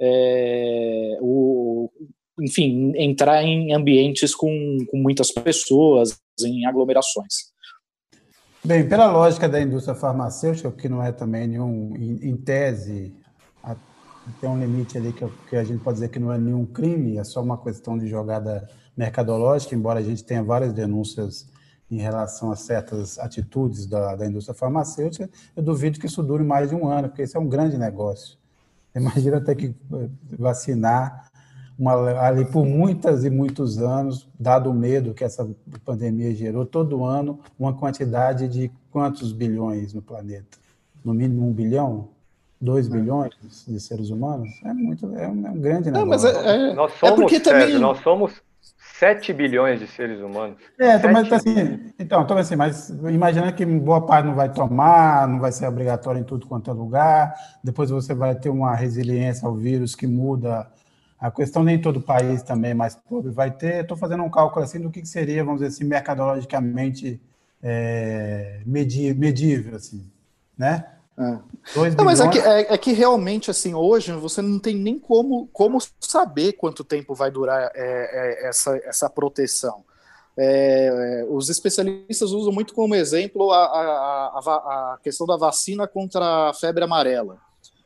é, o, enfim, entrar em ambientes com, com muitas pessoas, em aglomerações. Bem, pela lógica da indústria farmacêutica, que não é também nenhum, em, em tese, a, tem um limite ali que, que a gente pode dizer que não é nenhum crime, é só uma questão de jogada mercadológica, embora a gente tenha várias denúncias em relação a certas atitudes da, da indústria farmacêutica, eu duvido que isso dure mais de um ano, porque isso é um grande negócio. Imagina ter que vacinar uma, ali por muitas e muitos anos, dado o medo que essa pandemia gerou, todo ano uma quantidade de quantos bilhões no planeta? No mínimo um bilhão? Dois bilhões de seres humanos? É, muito, é, um, é um grande negócio. Não, mas é, é, nós somos, é porque Sérgio, também... nós somos sete bilhões de seres humanos. É, então, mas, assim, então, então, assim, mas imaginando que boa parte não vai tomar, não vai ser obrigatório em tudo quanto é lugar, depois você vai ter uma resiliência ao vírus que muda. A questão nem todo país também mais pobre vai ter. Estou fazendo um cálculo assim do que seria, vamos dizer assim, mercadologicamente é, medível, assim, né? É. Não, mas é que, é, é que realmente, assim, hoje você não tem nem como, como saber quanto tempo vai durar é, é, essa, essa proteção. É, os especialistas usam muito como exemplo a, a, a, a questão da vacina contra a febre amarela.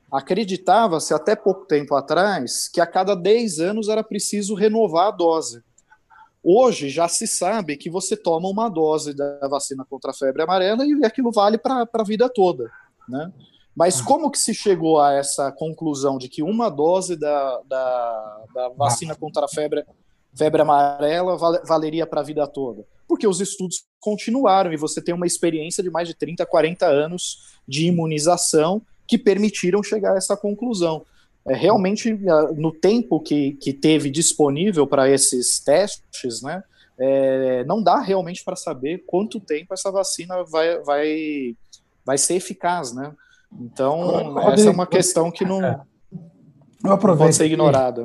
Acreditava-se até pouco tempo atrás que a cada dez anos era preciso renovar a dose. Hoje já se sabe que você toma uma dose da vacina contra a febre amarela e aquilo vale para a vida toda, né? Mas como que se chegou a essa conclusão de que uma dose da, da, da vacina contra a febre, febre amarela val, valeria para a vida toda? Porque os estudos continuaram e você tem uma experiência de mais de trinta, quarenta anos de imunização que permitiram chegar a essa conclusão. É, realmente, no tempo que, que teve disponível para esses testes, né, é, não dá realmente para saber quanto tempo essa vacina vai, vai, vai ser eficaz, né? Então, Rodrigo, essa é uma questão que não, eu não pode ser ignorada.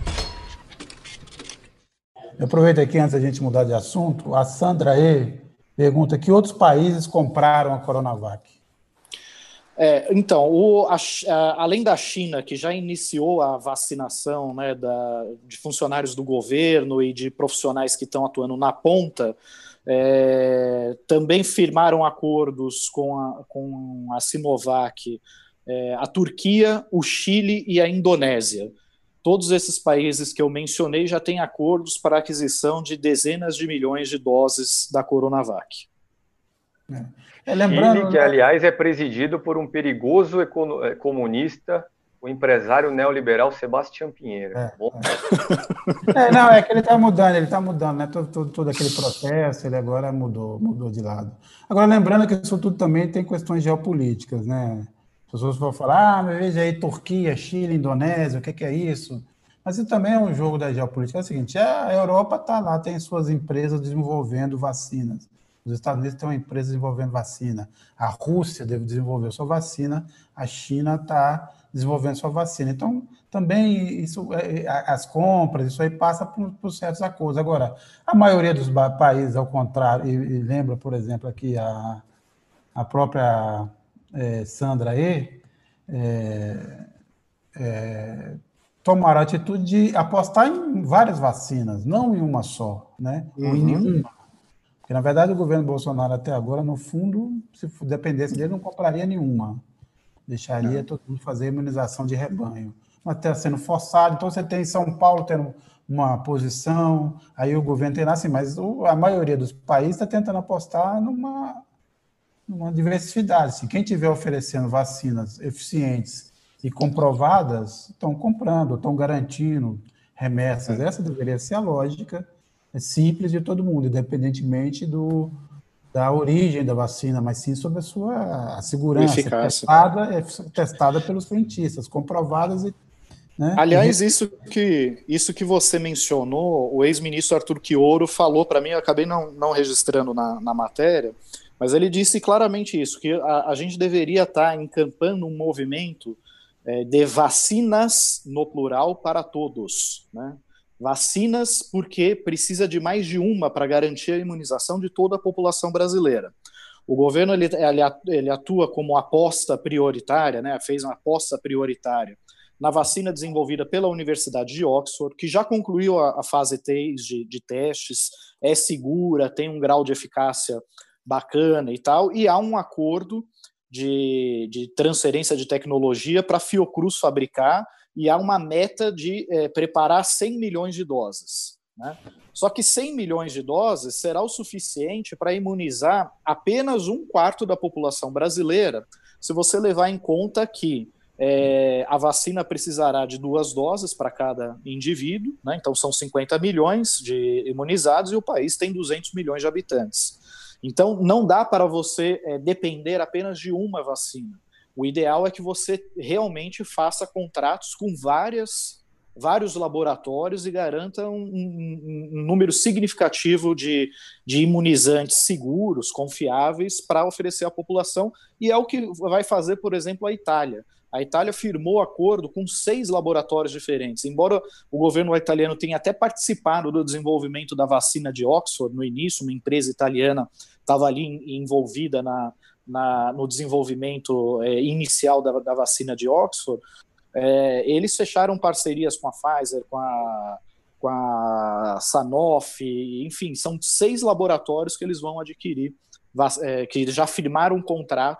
Eu aproveito aqui, antes da gente mudar de assunto, a Sandra E. pergunta que outros países compraram a Coronavac. É, então, o, a, a, além da China, que já iniciou a vacinação, né, da, de funcionários do governo e de profissionais que estão atuando na ponta, é, também firmaram acordos com a, com a Sinovac, é, a Turquia, o Chile e a Indonésia. Todos esses países que eu mencionei já têm acordos para a aquisição de dezenas de milhões de doses da Coronavac. É. É, lembrando, Chile, que, aliás, é presidido por um perigoso comunista, o empresário neoliberal Sebastião Pinheiro. É, Bom. É. É, não, é que ele está mudando, ele está mudando, né? Todo, todo, todo aquele processo, ele agora mudou, mudou de lado. Agora, lembrando que isso tudo também tem questões geopolíticas, né? As pessoas vão falar, ah, mas veja aí, Turquia, Chile, Indonésia, o que, que é isso? Mas isso também é um jogo da geopolítica. É o seguinte, a Europa está lá, tem suas empresas desenvolvendo vacinas. Os Estados Unidos têm uma empresa desenvolvendo vacina. A Rússia deve desenvolver sua vacina. A China está desenvolvendo sua vacina. Então, também, isso, as compras, isso aí passa por, por certos acordos. Agora, a maioria dos países, ao contrário, e, e lembra, por exemplo, aqui a, a própria é, Sandra E., é, é, tomaram a atitude de apostar em várias vacinas, não em uma só, né? Uhum. Ou em nenhuma. Porque, na verdade, o governo Bolsonaro, até agora, no fundo, se dependesse dele, não compraria nenhuma. Deixaria é. todo mundo fazer imunização de rebanho. Mas está sendo forçado. Então, você tem São Paulo tendo uma posição, aí o governo tem lá assim, mas a maioria dos países está tentando apostar numa, numa diversidade. Assim, quem estiver oferecendo vacinas eficientes e comprovadas, estão comprando, estão garantindo remessas. É. Essa deveria ser a lógica. É simples de todo mundo, independentemente do, da origem da vacina, mas sim sobre a sua a segurança. É testada, é testada pelos cientistas, comprovadas. E, né? Aliás, isso que, isso que você mencionou, o ex-ministro Arthur Quioro falou para mim, eu acabei não, não registrando na, na matéria, mas ele disse claramente isso, que a, a gente deveria estar encampando um movimento é, de vacinas, no plural, para todos, né? Vacinas, porque precisa de mais de uma para garantir a imunização de toda a população brasileira. O governo ele, ele atua como aposta prioritária, né, fez uma aposta prioritária na vacina desenvolvida pela Universidade de Oxford, que já concluiu a, a fase três de, de testes, é segura, tem um grau de eficácia bacana e tal, e há um acordo de, de transferência de tecnologia para a Fiocruz fabricar, e há uma meta de é, preparar cem milhões de doses, né? Só que cem milhões de doses será o suficiente para imunizar apenas um quarto da população brasileira, se você levar em conta que é, a vacina precisará de duas doses para cada indivíduo, né? Então são cinquenta milhões de imunizados e o país tem duzentos milhões de habitantes. Então não dá para você é, depender apenas de uma vacina. O ideal é que você realmente faça contratos com várias, vários laboratórios e garanta um, um, um número significativo de, de imunizantes seguros, confiáveis, para oferecer à população, e é o que vai fazer, por exemplo, a Itália. A Itália firmou acordo com seis laboratórios diferentes. Embora o governo italiano tenha até participado do desenvolvimento da vacina de Oxford no início, uma empresa italiana estava ali envolvida na... Na, no desenvolvimento é, inicial da, da vacina de Oxford, é, eles fecharam parcerias com a Pfizer, com a, com a Sanofi, enfim, são seis laboratórios que eles vão adquirir, é, que já firmaram contratos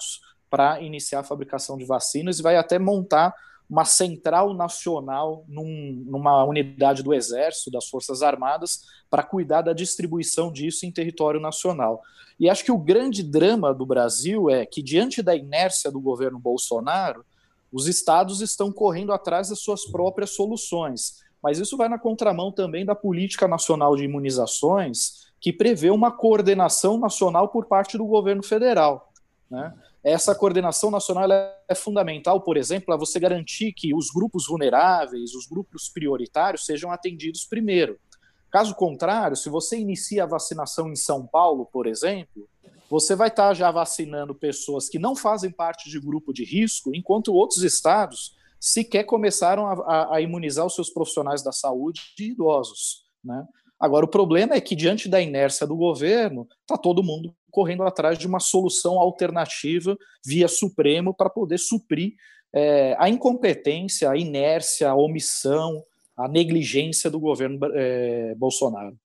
para iniciar a fabricação de vacinas e vai até montar uma central nacional num, numa unidade do Exército, das Forças Armadas, para cuidar da distribuição disso em território nacional. E acho que o grande drama do Brasil é que, diante da inércia do governo Bolsonaro, os estados estão correndo atrás das suas próprias soluções. Mas isso vai na contramão também da Política Nacional de Imunizações, que prevê uma coordenação nacional por parte do governo federal, né? Essa coordenação nacional é fundamental, por exemplo, para você garantir que os grupos vulneráveis, os grupos prioritários sejam atendidos primeiro. Caso contrário, se você inicia a vacinação em São Paulo, por exemplo, você vai estar já vacinando pessoas que não fazem parte de grupo de risco, enquanto outros estados sequer começaram a, a, a imunizar os seus profissionais da saúde de idosos, né? Agora, o problema é que, diante da inércia do governo, está todo mundo correndo atrás de uma solução alternativa via Supremo para poder suprir é, a incompetência, a inércia, a omissão, a negligência do governo é, Bolsonaro.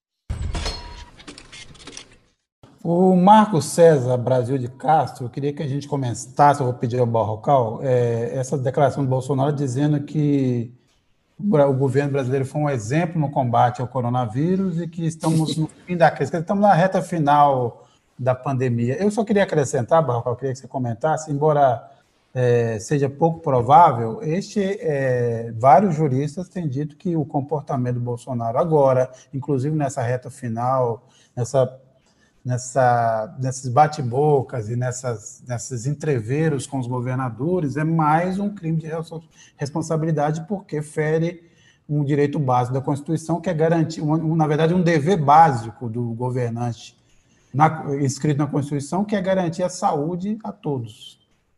O Marco César Brasil de Castro, eu queria que a gente comentasse, eu vou pedir ao Barrocal, é, essa declaração do Bolsonaro dizendo que o governo brasileiro foi um exemplo no combate ao coronavírus e que estamos no fim da crise, que estamos na reta final da pandemia. Eu só queria acrescentar, Barrocal, eu queria que você comentasse, embora é, seja pouco provável, este, é, vários juristas têm dito que o comportamento do Bolsonaro agora, inclusive nessa reta final, nessa Nessa, nesses bate-bocas e nessas, nesses entreveros com os governadores, é mais um crime de responsabilidade, porque fere um direito básico da Constituição, que é garantir, um, na verdade, um dever básico do governante na, inscrito na Constituição, que é garantir a saúde a todos.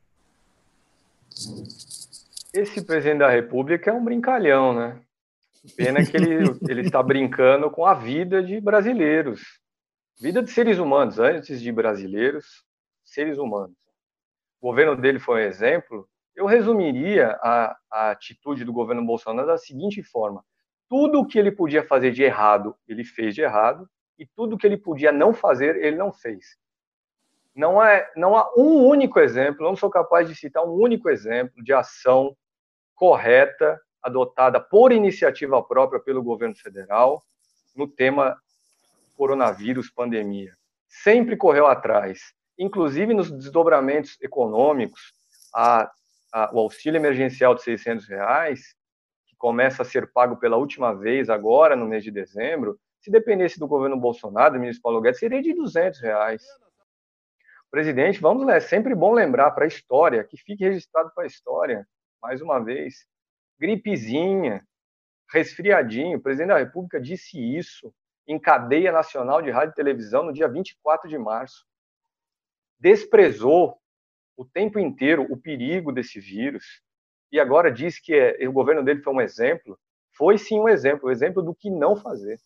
Esse presidente da República é um brincalhão, né? Pena que ele, ele está brincando com a vida de brasileiros. Vida de seres humanos, antes de brasileiros, seres humanos. O governo dele foi um exemplo. Eu resumiria a, a atitude do governo Bolsonaro da seguinte forma: tudo o que ele podia fazer de errado, ele fez de errado, e tudo o que ele podia não fazer, ele não fez. Não, é, não há um único exemplo, não sou capaz de citar um único exemplo de ação correta, adotada por iniciativa própria pelo governo federal, no tema coronavírus, pandemia. Sempre correu atrás, inclusive nos desdobramentos econômicos, a, a, o auxílio emergencial de seiscentos reais, que começa a ser pago pela última vez agora, no mês de dezembro, se dependesse do governo Bolsonaro, do ministro Paulo Guedes, seria de duzentos reais. Presidente, vamos lá, é sempre bom lembrar para a história, que fique registrado para a história, mais uma vez, gripezinha, resfriadinho, o presidente da República disse isso em cadeia nacional de rádio e televisão no dia vinte e quatro de março. Desprezou o tempo inteiro o perigo desse vírus e agora diz que é, o governo dele foi um exemplo. Foi sim um exemplo, um exemplo do que não fazer.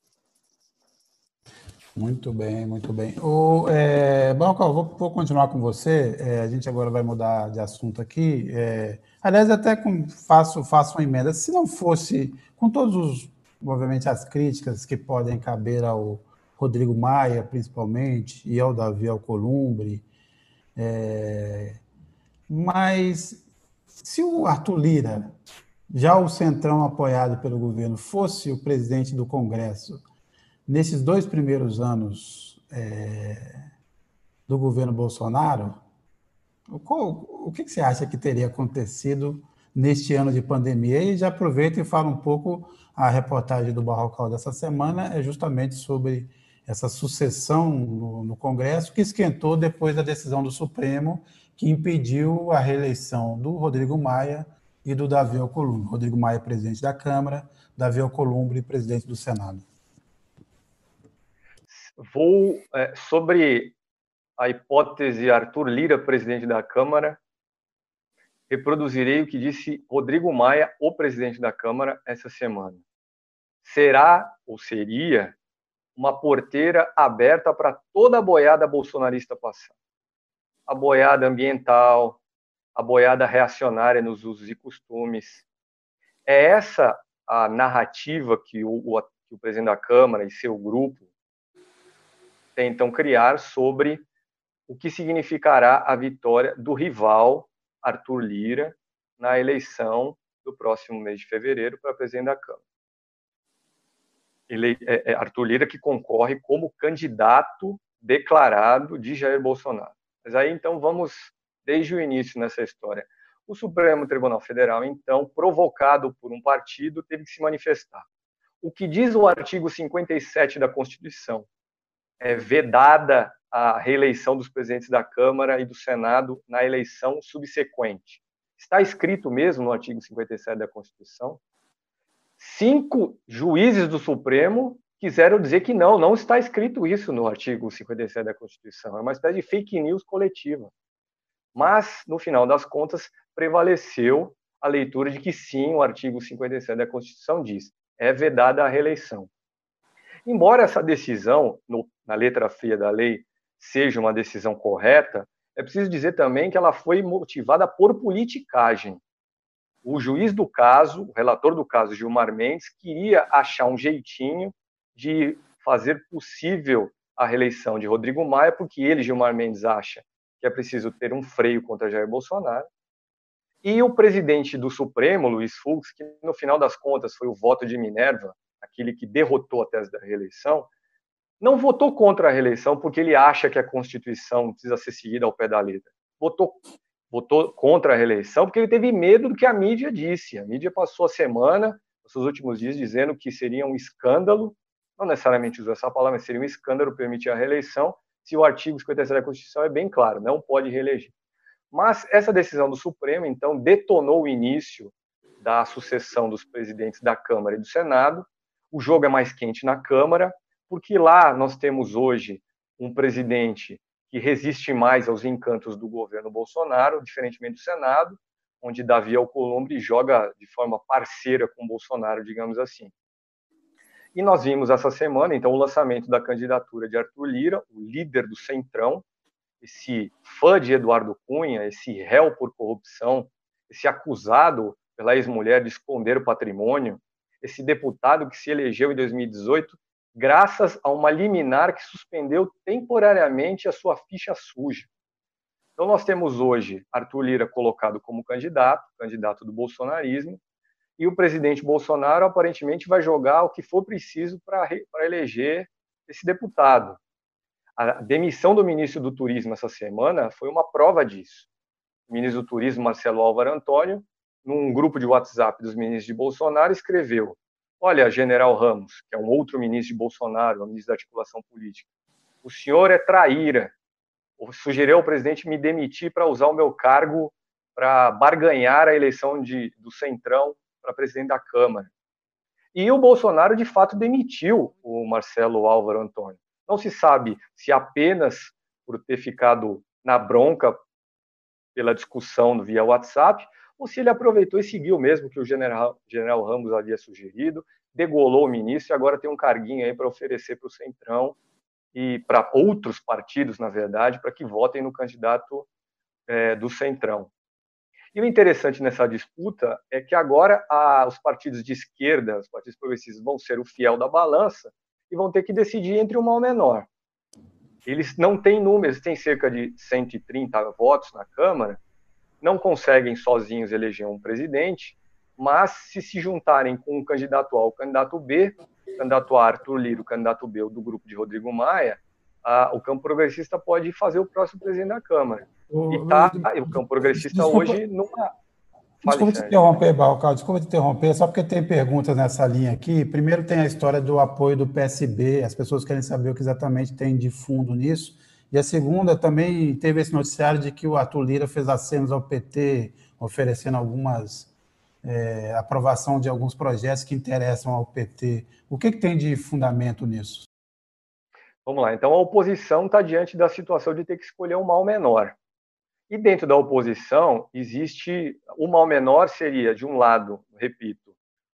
Muito bem, muito bem. O, é, bom, vou, vou continuar com você. É, a gente agora vai mudar de assunto aqui. É, aliás, até com, faço, faço uma emenda. Se não fosse, com todos os obviamente as críticas que podem caber ao Rodrigo Maia, principalmente, e ao Davi Alcolumbre, é... mas se o Arthur Lira, já o centrão apoiado pelo governo, fosse o presidente do Congresso, nesses dois primeiros anos é... do governo Bolsonaro, qual, o que você acha que teria acontecido neste ano de pandemia? E já aproveita e fala um pouco. A reportagem do Barrocal dessa semana é justamente sobre essa sucessão no, no Congresso, que esquentou depois da decisão do Supremo, que impediu a reeleição do Rodrigo Maia e do Davi Alcolumbre. Rodrigo Maia, presidente da Câmara, Davi Alcolumbre, presidente do Senado. Vou, é, sobre a hipótese Arthur Lira, presidente da Câmara, reproduzirei o que disse Rodrigo Maia, o presidente da Câmara, essa semana. Será, ou seria, uma porteira aberta para toda a boiada bolsonarista passar. A boiada ambiental, a boiada reacionária nos usos e costumes. É essa a narrativa que o, o, que o presidente da Câmara e seu grupo tentam criar sobre o que significará a vitória do rival Arthur Lira na eleição do próximo mês de fevereiro para presidente da Câmara. Ele, é, é Arthur Lira que concorre como candidato declarado de Jair Bolsonaro. Mas aí, então, vamos desde o início nessa história. O Supremo Tribunal Federal, então, provocado por um partido, teve que se manifestar. O que diz o artigo cinquenta e sete da Constituição? É vedada a reeleição dos presidentes da Câmara e do Senado na eleição subsequente. Está escrito mesmo no artigo cinquenta e sete da Constituição. Cinco juízes do Supremo quiseram dizer que não, não está escrito isso no artigo cinquenta e sete da Constituição. É uma espécie de fake news coletiva. Mas, no final das contas, prevaleceu a leitura de que sim, o artigo cinquenta e sete da Constituição diz, é vedada a reeleição. Embora essa decisão, no, na letra fria da lei, seja uma decisão correta, é preciso dizer também que ela foi motivada por politicagem. O juiz do caso, o relator do caso, Gilmar Mendes, queria achar um jeitinho de fazer possível a reeleição de Rodrigo Maia, porque ele, Gilmar Mendes, acha que é preciso ter um freio contra Jair Bolsonaro. E o presidente do Supremo, Luiz Fux, que no final das contas foi o voto de Minerva, aquele que derrotou a tese da reeleição, não votou contra a reeleição porque ele acha que a Constituição precisa ser seguida ao pé da letra. Votou, votou contra a reeleição porque ele teve medo do que a mídia disse. A mídia passou a semana, nos seus últimos dias, dizendo que seria um escândalo, não necessariamente usou essa palavra, mas seria um escândalo permitir a reeleição, se o artigo cinquenta e sete da Constituição é bem claro, não pode reeleger. Mas essa decisão do Supremo, então, detonou o início da sucessão dos presidentes da Câmara e do Senado. O jogo é mais quente na Câmara, porque lá nós temos hoje um presidente que resiste mais aos encantos do governo Bolsonaro, diferentemente do Senado, onde Davi Alcolumbre joga de forma parceira com Bolsonaro, digamos assim. E nós vimos essa semana, então, o lançamento da candidatura de Arthur Lira, o líder do Centrão, esse fã de Eduardo Cunha, esse réu por corrupção, esse acusado pela ex-mulher de esconder o patrimônio, esse deputado que se elegeu em dois mil e dezoito graças a uma liminar que suspendeu temporariamente a sua ficha suja. Então nós temos hoje Arthur Lira colocado como candidato, candidato do bolsonarismo, e o presidente Bolsonaro aparentemente vai jogar o que for preciso para eleger esse deputado. A demissão do ministro do Turismo essa semana foi uma prova disso. O ministro do Turismo, Marcelo Álvaro Antônio, num grupo de WhatsApp dos ministros de Bolsonaro, escreveu: olha, general Ramos, que é um outro ministro de Bolsonaro, um ministro da articulação política, o senhor é traíra. Sugeriu ao presidente me demitir para usar o meu cargo para barganhar a eleição de, do Centrão para presidente da Câmara. E o Bolsonaro, de fato, demitiu o Marcelo Álvaro Antônio. Não se sabe se apenas por ter ficado na bronca pela discussão via WhatsApp, ou se ele aproveitou e seguiu mesmo que o general, general Ramos havia sugerido, degolou o ministro e agora tem um carguinho aí para oferecer para o Centrão e para outros partidos, na verdade, para que votem no candidato é, do Centrão. E o interessante nessa disputa é que agora a, os partidos de esquerda, os partidos progressistas, vão ser o fiel da balança e vão ter que decidir entre o mal menor. Eles não têm números, têm cerca de cento e trinta votos na Câmara, não conseguem sozinhos eleger um presidente, mas se se juntarem com o candidato A ou o candidato B, o candidato A, Arthur Lira, o candidato B, o do grupo de Rodrigo Maia, a, o campo progressista pode fazer o próximo presidente da Câmara. O, e tá, o, o campo progressista desculpa, hoje numa... Desculpa te interromper, Balcal, desculpa te interromper, só porque tem perguntas nessa linha aqui. Primeiro tem a história do apoio do P S B, as pessoas querem saber o que exatamente tem de fundo nisso. E a segunda, também teve esse noticiário de que o Arthur Lira fez acenos ao P T, oferecendo algumas é, aprovação de alguns projetos que interessam ao P T. O que, que tem de fundamento nisso? Vamos lá, então a oposição está diante da situação de ter que escolher um mal menor. E dentro da oposição existe, o mal menor seria, de um lado, repito,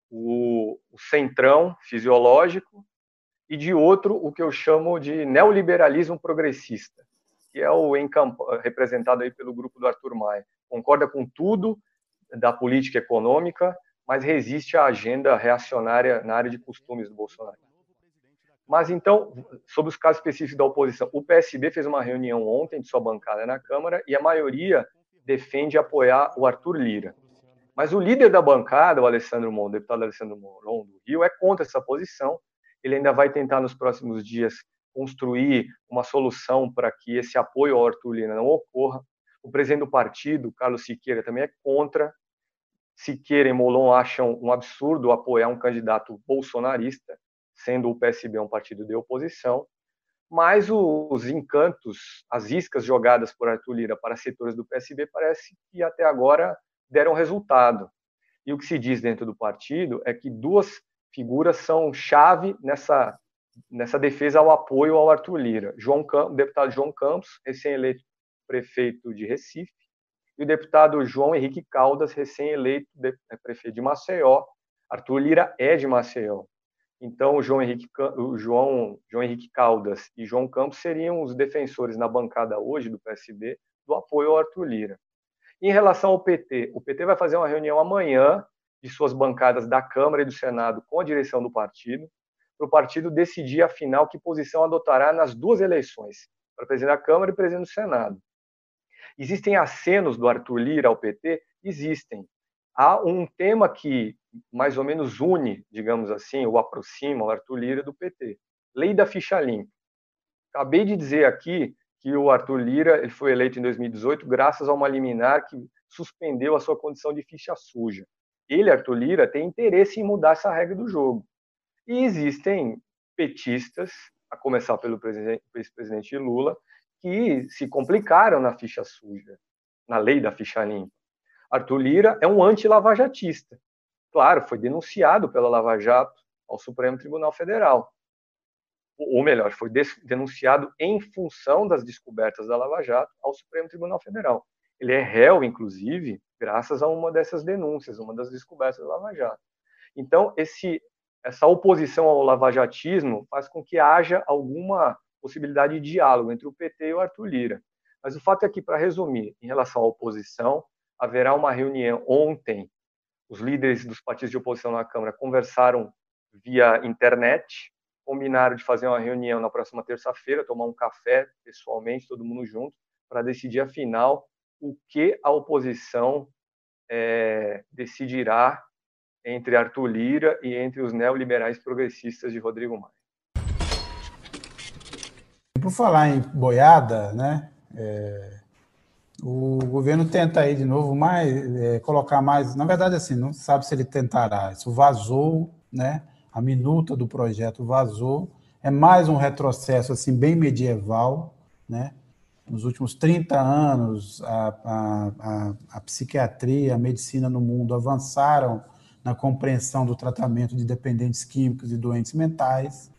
o, o centrão fisiológico, e de outro, o que eu chamo de neoliberalismo progressista, que é o encamp... representado aí pelo grupo do Arthur Maia. Concorda com tudo da política econômica, mas resiste à agenda reacionária na área de costumes do Bolsonaro. Mas, então, sobre os casos específicos da oposição, o P S B fez uma reunião ontem de sua bancada na Câmara e a maioria defende apoiar o Arthur Lira. Mas o líder da bancada, o Alessandro Mon, o deputado Alessandro Moron, do Rio, é contra essa posição. Ele ainda vai tentar, nos próximos dias, construir uma solução para que esse apoio ao Arthur Lira não ocorra. O presidente do partido, Carlos Siqueira, também é contra. Siqueira e Molon acham um absurdo apoiar um candidato bolsonarista, sendo o P S B um partido de oposição, mas os encantos, as iscas jogadas por Arthur Lira para setores do P S B parece que até agora deram resultado. E o que se diz dentro do partido é que duas figuras são chave nessa, nessa defesa ao apoio ao Arthur Lira. João Campos, o deputado João Campos, recém-eleito prefeito de Recife, e o deputado João Henrique Caldas, recém-eleito prefeito de Maceió. Arthur Lira é de Maceió. Então, o João Henrique, o João, João Henrique Caldas e João Campos seriam os defensores na bancada hoje do P S B do apoio ao Arthur Lira. Em relação ao P T, o P T vai fazer uma reunião amanhã de suas bancadas da Câmara e do Senado com a direção do partido, para o partido decidir, afinal, que posição adotará nas duas eleições, para presidente da Câmara e presidente do Senado. Existem acenos do Arthur Lira ao P T? Existem. Há um tema que mais ou menos une, digamos assim, ou aproxima o Arthur Lira do P T. Lei da ficha limpa. Acabei de dizer aqui que o Arthur Lira ele foi eleito em dois mil e dezoito graças a uma liminar que suspendeu a sua condição de ficha suja. Ele, Arthur Lira, tem interesse em mudar essa regra do jogo. E existem petistas, a começar pelo ex-presidente Lula, que se complicaram na ficha suja, na lei da ficha limpa. Arthur Lira é um anti-lavajatista. Claro, foi denunciado pela Lava Jato ao Supremo Tribunal Federal. Ou melhor, foi denunciado em função das descobertas da Lava Jato ao Supremo Tribunal Federal. Ele é réu, inclusive, graças a uma dessas denúncias, uma das descobertas da Lava Jato. Então, esse, essa oposição ao lavajatismo faz com que haja alguma possibilidade de diálogo entre o P T e o Arthur Lira. Mas o fato é que, para resumir, em relação à oposição, haverá uma reunião ontem. Os líderes dos partidos de oposição na Câmara conversaram via internet, combinaram de fazer uma reunião na próxima terça-feira, tomar um café pessoalmente, todo mundo junto, para decidir, afinal, o que a oposição é, decidirá entre Arthur Lira e entre os neoliberais progressistas de Rodrigo Maia. Por falar em boiada, né, é, o governo tenta aí de novo mais, é, colocar mais, na verdade assim, não sabe se ele tentará, isso vazou, né, a minuta do projeto vazou, é mais um retrocesso assim bem medieval, né, nos últimos trinta anos a, a, a, a psiquiatria, a medicina no mundo avançaram na compreensão do tratamento de dependentes químicos e doentes mentais.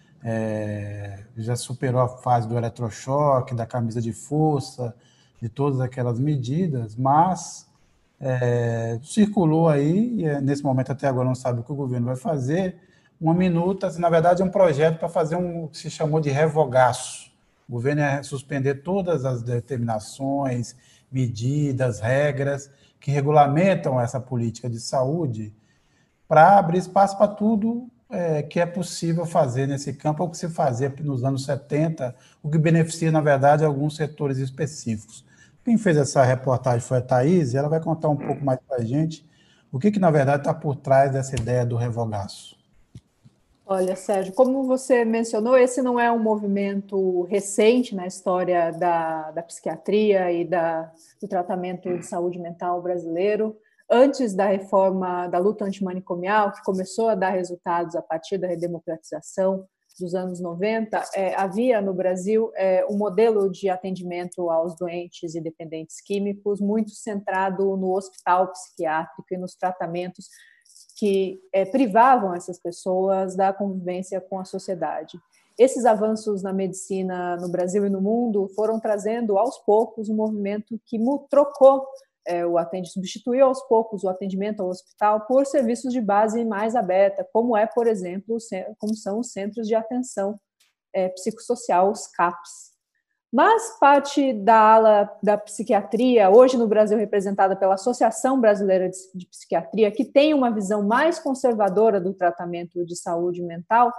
É, já superou a fase do eletrochoque, da camisa de força, de todas aquelas medidas, mas é, circulou aí, e nesse momento até agora não sabe o que o governo vai fazer, uma minuta, na verdade é um projeto para fazer um que se chamou de revogaço. O governo ia suspender todas as determinações, medidas, regras que regulamentam essa política de saúde para abrir espaço para tudo É, que é possível fazer nesse campo, ou que se fazia nos anos setenta, o que beneficia, na verdade, alguns setores específicos. Quem fez essa reportagem foi a Thaís, e ela vai contar um pouco mais para a gente o que, que, na verdade, está por trás dessa ideia do revogaço. Olha, Sérgio, como você mencionou, esse não é um movimento recente na história da, da psiquiatria e da, do tratamento de saúde mental brasileiro. Antes da reforma da luta antimanicomial, que começou a dar resultados a partir da redemocratização dos anos noventa, é, havia no Brasil é, um modelo de atendimento aos doentes e dependentes químicos muito centrado no hospital psiquiátrico e nos tratamentos que é, privavam essas pessoas da convivência com a sociedade. Esses avanços na medicina no Brasil e no mundo foram trazendo aos poucos um movimento que trocou É, o atendimento, substituiu aos poucos o atendimento ao hospital por serviços de base mais aberta, como é, por exemplo, como são os centros de atenção é, psicossocial, os CAPs. Mas parte da ala da psiquiatria, hoje no Brasil representada pela Associação Brasileira de Psiquiatria, que tem uma visão mais conservadora do tratamento de saúde mental,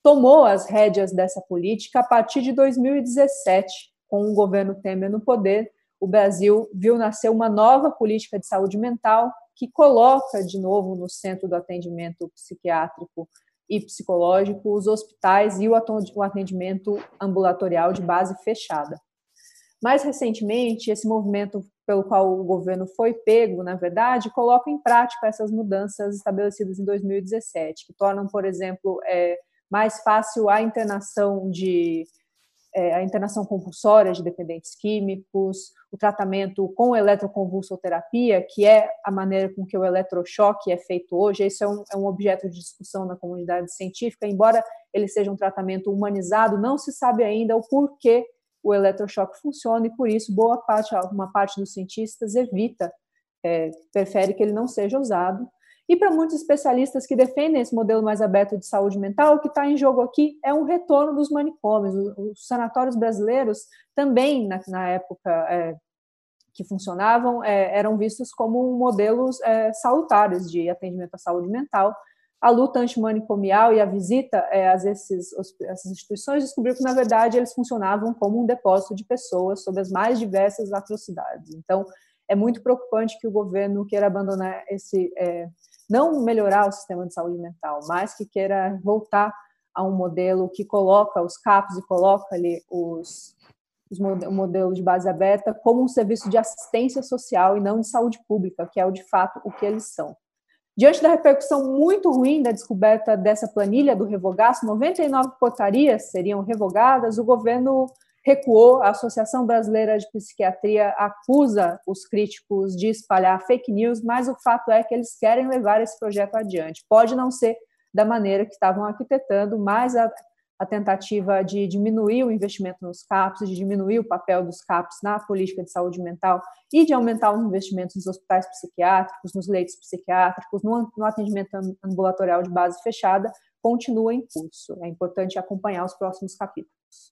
tomou as rédeas dessa política a partir de dois mil e dezessete, com o governo Temer no poder. O Brasil viu nascer uma nova política de saúde mental que coloca de novo no centro do atendimento psiquiátrico e psicológico os hospitais e o atendimento ambulatorial de base fechada. Mais recentemente, esse movimento pelo qual o governo foi pego, na verdade, coloca em prática essas mudanças estabelecidas em dois mil e dezessete, que tornam, por exemplo, é, mais fácil a internação de é, a internação compulsória de dependentes químicos, o tratamento com eletroconvulsoterapia, que é a maneira com que o eletrochoque é feito hoje. Isso é um, é um objeto de discussão na comunidade científica, embora ele seja um tratamento humanizado, não se sabe ainda o porquê o eletrochoque funciona, e por isso boa parte, uma parte dos cientistas evita, é, prefere que ele não seja usado. E para muitos especialistas que defendem esse modelo mais aberto de saúde mental, o que está em jogo aqui é um retorno dos manicômios. Os sanatórios brasileiros também, na, na época é, que funcionavam, é, eram vistos como modelos é, salutares de atendimento à saúde mental. A luta antimanicomial e a visita é, a esses, essas instituições descobriu que, na verdade, eles funcionavam como um depósito de pessoas sob as mais diversas atrocidades. Então, é muito preocupante que o governo queira abandonar esse... É, não melhorar o sistema de saúde mental, mas que queira voltar a um modelo que coloca os CAPs e coloca ali os, os o modelo de base aberta como um serviço de assistência social e não de saúde pública, que é, de fato, o que eles são. Diante da repercussão muito ruim da descoberta dessa planilha do revogaço, noventa e nove portarias seriam revogadas, o governo recuou. A Associação Brasileira de Psiquiatria acusa os críticos de espalhar fake news, mas o fato é que eles querem levar esse projeto adiante. Pode não ser da maneira que estavam arquitetando, mas a, a tentativa de diminuir o investimento nos CAPs, de diminuir o papel dos CAPs na política de saúde mental e de aumentar os investimentos nos hospitais psiquiátricos, nos leitos psiquiátricos, no, no atendimento ambulatorial de base fechada, continua em curso. É importante acompanhar os próximos capítulos.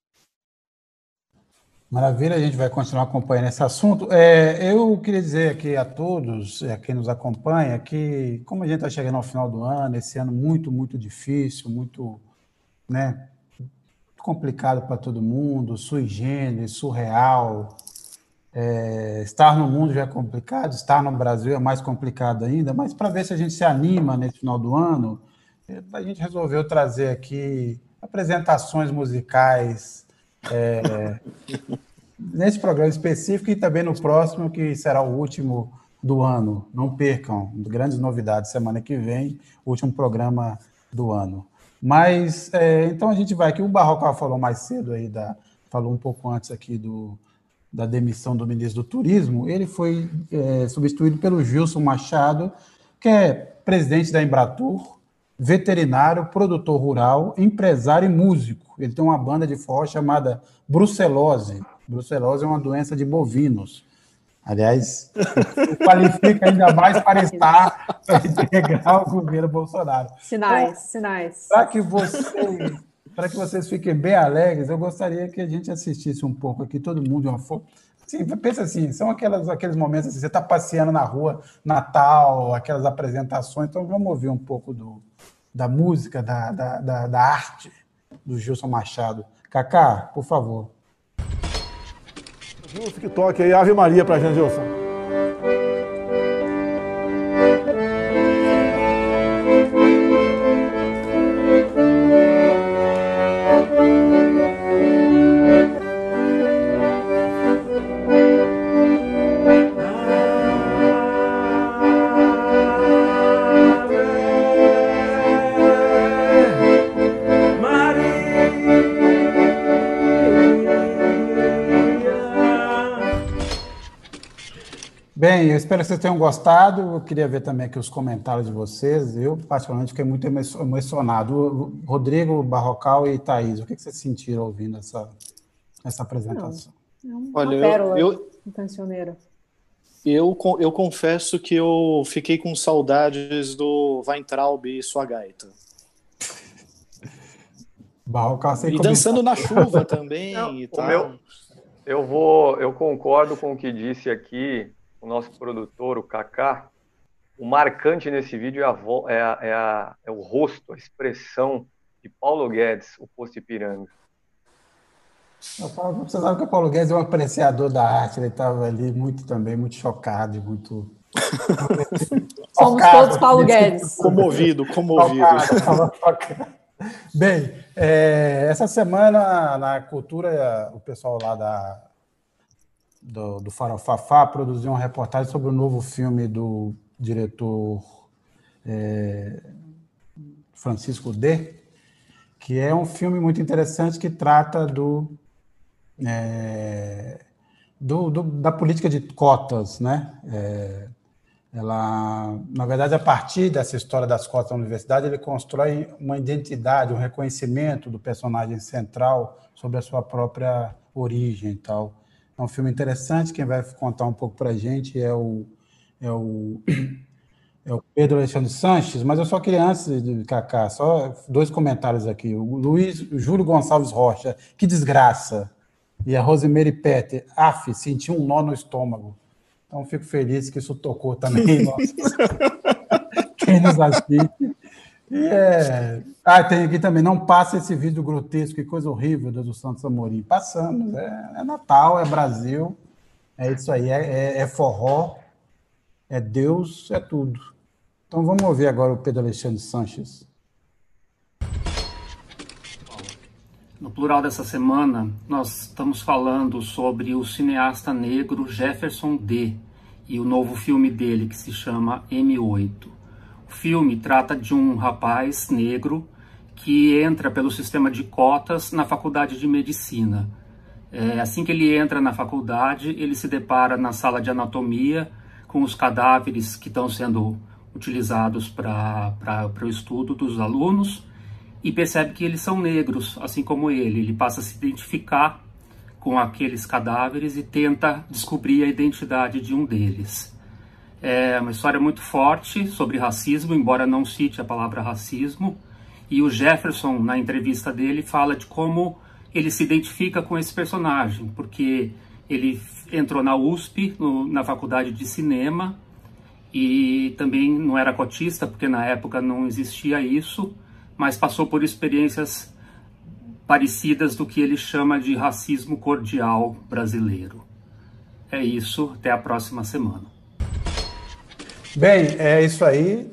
Maravilha, a gente vai continuar acompanhando esse assunto. É, eu queria dizer aqui a todos, a quem nos acompanha, que como a gente está chegando ao final do ano, esse ano muito, muito difícil, muito, né, complicado para todo mundo, sui generis, surreal. É, estar no mundo já é complicado, estar no Brasil é mais complicado ainda, mas para ver se a gente se anima nesse final do ano, a gente resolveu trazer aqui apresentações musicais, É, nesse programa específico e também no próximo, que será o último do ano. Não percam, grandes novidades semana que vem, último programa do ano. Mas, é, então a gente vai aqui, o Barrocal falou mais cedo aí, da, falou um pouco antes aqui do, da demissão do ministro do Turismo. Ele foi é, substituído pelo Gilson Machado, que é presidente da Embratur, veterinário, produtor rural, empresário e músico. Ele tem uma banda de forró chamada Brucelose. Brucelose é uma doença de bovinos. Aliás, qualifica ainda mais para estar para integrar o governo Bolsonaro. Sinais, então, sinais. Para que vocês, para que vocês fiquem bem alegres, eu gostaria que a gente assistisse um pouco aqui, todo mundo de uma forma. Assim, pensa assim, são aquelas, aqueles momentos assim, você está passeando na rua, Natal, aquelas apresentações, então vamos ouvir um pouco do, da música, da, da, da, da arte do Gilson Machado. Cacá, por favor. Gilson, que toque aí Ave Maria pra gente, Gilson. Bem, eu espero que vocês tenham gostado. Eu queria ver também aqui os comentários de vocês. Eu, particularmente, fiquei muito emocionado. Rodrigo, Barrocal e Thaís, o que vocês sentiram ouvindo essa, essa apresentação? Não, é uma Olha, pérola eu, um cancioneiro. eu, eu confesso que eu fiquei com saudades do Weintraub e sua gaita. Barrocal sem E comentário. dançando na chuva também. Não, e o tal. meu- Eu vou, eu concordo com o que disse aqui o nosso produtor, o Kaká. O marcante nesse vídeo é, a vo, é, a, é, a, é o rosto, a expressão de Paulo Guedes, o Poço Ipiranga. Você sabe que o Paulo Guedes é um apreciador da arte, ele estava ali muito também, muito chocado e muito... Somos focado, todos Paulo Guedes. Comovido, comovido. Focado, focado. Bem, é, essa semana na Cultura, o pessoal lá da, do, do Farofafá produziu uma reportagem sobre o novo filme do diretor é, Francisco D., que é um filme muito interessante que trata do, é, do, do da política de cotas, né? É, ela, na verdade, a partir dessa história das cotas da universidade, ele constrói uma identidade, um reconhecimento do personagem central sobre a sua própria origem e tal. É um filme interessante, quem vai contar um pouco para a gente é o, é, o, é o Pedro Alexandre Sanches, mas eu só queria, antes de Cacá, só dois comentários aqui. O Luiz o Júlio Gonçalves Rocha, que desgraça. E a Rosemary Petter, af, senti um nó no estômago. Então, fico feliz que isso tocou também quem nos assiste. E é... Ah, tem aqui também, não passa esse vídeo grotesco, que coisa horrível do Santos Amorim. Passamos, é, é Natal, é Brasil, é isso aí, é, é, é forró, é Deus, é tudo. Então, vamos ouvir agora o Pedro Alexandre Sanches. No plural dessa semana, nós estamos falando sobre o cineasta negro Jefferson D. e o novo filme dele, que se chama M oito. O filme trata de um rapaz negro que entra pelo sistema de cotas na faculdade de medicina. É, assim que ele entra na faculdade, ele se depara na sala de anatomia com os cadáveres que estão sendo utilizados para o estudo dos alunos, e percebe que eles são negros, assim como ele. Ele passa a se identificar com aqueles cadáveres e tenta descobrir a identidade de um deles. É uma história muito forte sobre racismo, embora não cite a palavra racismo, e o Jefferson, na entrevista dele, fala de como ele se identifica com esse personagem, porque ele entrou na U S P, no, na faculdade de cinema, e também não era cotista, porque na época não existia isso, mas passou por experiências parecidas do que ele chama de racismo cordial brasileiro. É isso, até a próxima semana. Bem, é isso aí.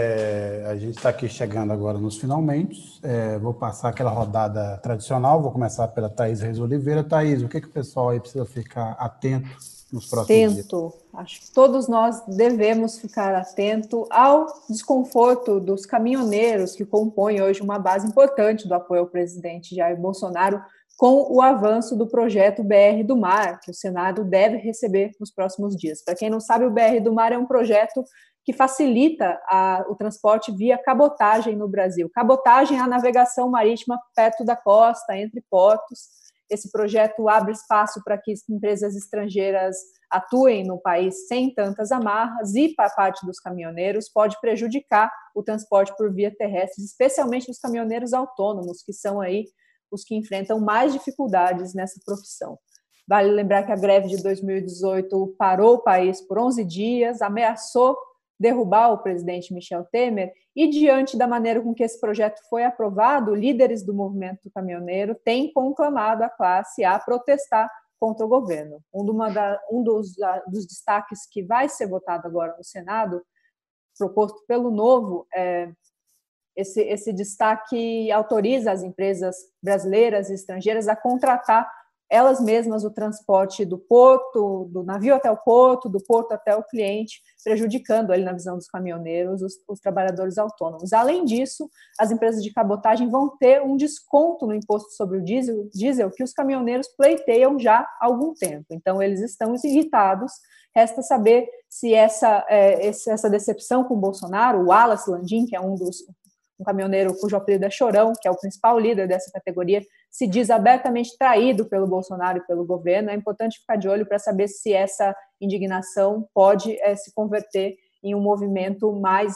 É, a gente está aqui chegando agora nos finalmente. É, vou passar aquela rodada tradicional, vou começar pela Thaís Reis Oliveira. Thaís, o que, que o pessoal aí precisa ficar atento nos próximos atento. dias? Acho que todos nós devemos ficar atento ao desconforto dos caminhoneiros que compõem hoje uma base importante do apoio ao presidente Jair Bolsonaro com o avanço do projeto B R do Mar, que o Senado deve receber nos próximos dias. Para quem não sabe, o B R do Mar é um projeto que facilita a, o transporte via cabotagem no Brasil. Cabotagem é a navegação marítima perto da costa, entre portos. Esse projeto abre espaço para que empresas estrangeiras atuem no país sem tantas amarras e, para a parte dos caminhoneiros, pode prejudicar o transporte por via terrestre, especialmente os caminhoneiros autônomos, que são aí os que enfrentam mais dificuldades nessa profissão. Vale lembrar que a greve de dois mil e dezoito parou o país por onze dias, ameaçou derrubar o presidente Michel Temer, e diante da maneira com que esse projeto foi aprovado, líderes do movimento caminhoneiro têm conclamado a classe a protestar contra o governo. Um, de uma da, um dos, dos destaques que vai ser votado agora no Senado, proposto pelo Novo, é Esse, esse destaque autoriza as empresas brasileiras e estrangeiras a contratar elas mesmas o transporte do porto, do navio até o porto, do porto até o cliente, prejudicando, ali na visão dos caminhoneiros, os, os trabalhadores autônomos. Além disso, as empresas de cabotagem vão ter um desconto no imposto sobre o diesel, diesel que os caminhoneiros pleiteiam já há algum tempo. Então, eles estão irritados. Resta saber se essa, é, essa decepção com o Bolsonaro, o Wallace Landim, que é um dos um caminhoneiro cujo apelido é Chorão, que é o principal líder dessa categoria, se diz abertamente traído pelo Bolsonaro e pelo governo. É importante ficar de olho para saber se essa indignação pode é, se converter em um movimento mais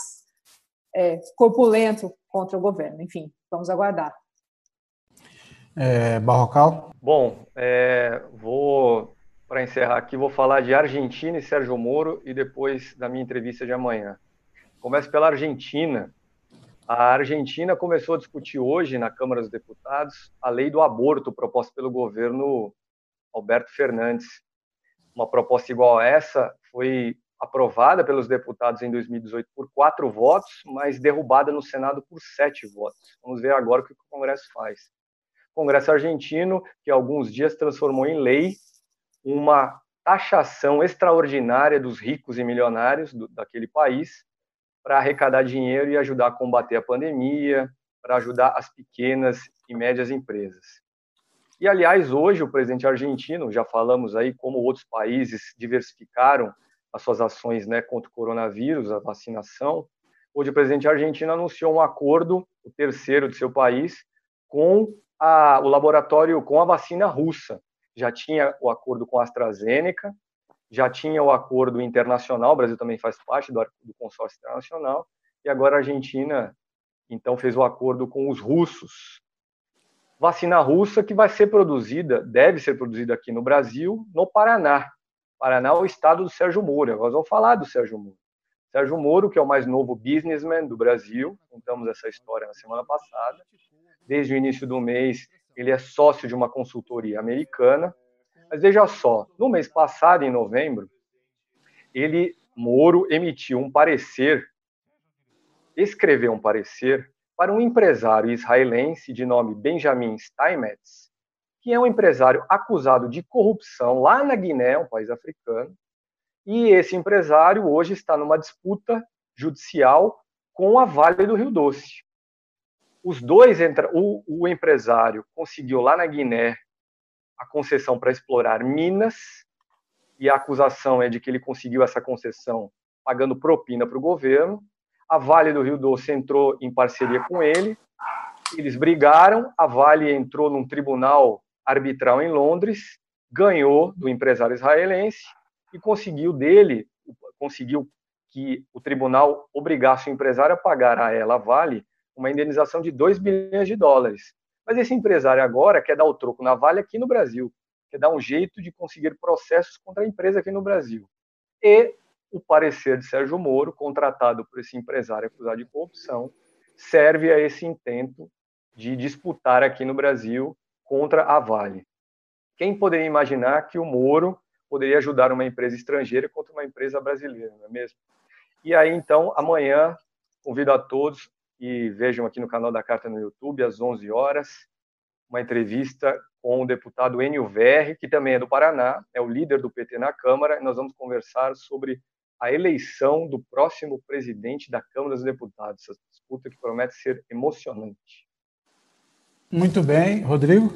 é, corpulento contra o governo. Enfim, vamos aguardar. É, Barrocal? Bom, é, vou, para encerrar aqui, vou falar de Argentina e Sérgio Moro e depois da minha entrevista de amanhã. Começo pela Argentina. A Argentina começou a discutir hoje, na Câmara dos Deputados, a lei do aborto proposta pelo governo Alberto Fernandes. Uma proposta igual a essa foi aprovada pelos deputados em dois mil e dezoito por quatro votos, mas derrubada no Senado por sete votos. Vamos ver agora o que o Congresso faz. O Congresso argentino, que há alguns dias transformou em lei uma taxação extraordinária dos ricos e milionários do, daquele país para arrecadar dinheiro e ajudar a combater a pandemia, para ajudar as pequenas e médias empresas. E, aliás, hoje o presidente argentino, já falamos aí como outros países diversificaram as suas ações, né, contra o coronavírus, a vacinação. Hoje o presidente argentino anunciou um acordo, o terceiro de seu país, com a, o laboratório, com a vacina russa. Já tinha o acordo com a AstraZeneca, já tinha o acordo internacional, o Brasil também faz parte do, do consórcio internacional, e agora a Argentina, então, fez o acordo com os russos. Vacina russa que vai ser produzida, deve ser produzida aqui no Brasil, no Paraná. Paraná é o estado do Sérgio Moro. Agora vamos falar do Sérgio Moro. Sérgio Moro, que é o mais novo businessman do Brasil, contamos essa história na semana passada. Desde o início do mês, ele é sócio de uma consultoria americana. Mas veja só, no mês passado, em novembro, ele, Moro, emitiu um parecer, escreveu um parecer para um empresário israelense de nome Benjamin Steinmetz, que é um empresário acusado de corrupção lá na Guiné, um país africano, e esse empresário hoje está numa disputa judicial com a Vale do Rio Doce. Os dois, o, o empresário conseguiu lá na Guiné a concessão para explorar minas, e a acusação é de que ele conseguiu essa concessão pagando propina para o governo. A Vale do Rio Doce entrou em parceria com ele, eles brigaram, a Vale entrou num tribunal arbitral em Londres, ganhou do empresário israelense e conseguiu dele, conseguiu que o tribunal obrigasse o empresário a pagar a ela, a Vale, uma indenização de dois bilhões de dólares. Mas esse empresário agora quer dar o troco na Vale aqui no Brasil, quer dar um jeito de conseguir processos contra a empresa aqui no Brasil. E o parecer de Sérgio Moro, contratado por esse empresário acusado de corrupção, serve a esse intento de disputar aqui no Brasil contra a Vale. Quem poderia imaginar que o Moro poderia ajudar uma empresa estrangeira contra uma empresa brasileira, não é mesmo? E aí, então, amanhã, convido a todos e vejam aqui no canal da Carta no YouTube, às onze horas, uma entrevista com o deputado Enio Verri, que também é do Paraná, é o líder do P T na Câmara, e nós vamos conversar sobre a eleição do próximo presidente da Câmara dos Deputados, essa disputa que promete ser emocionante. Muito bem. Rodrigo?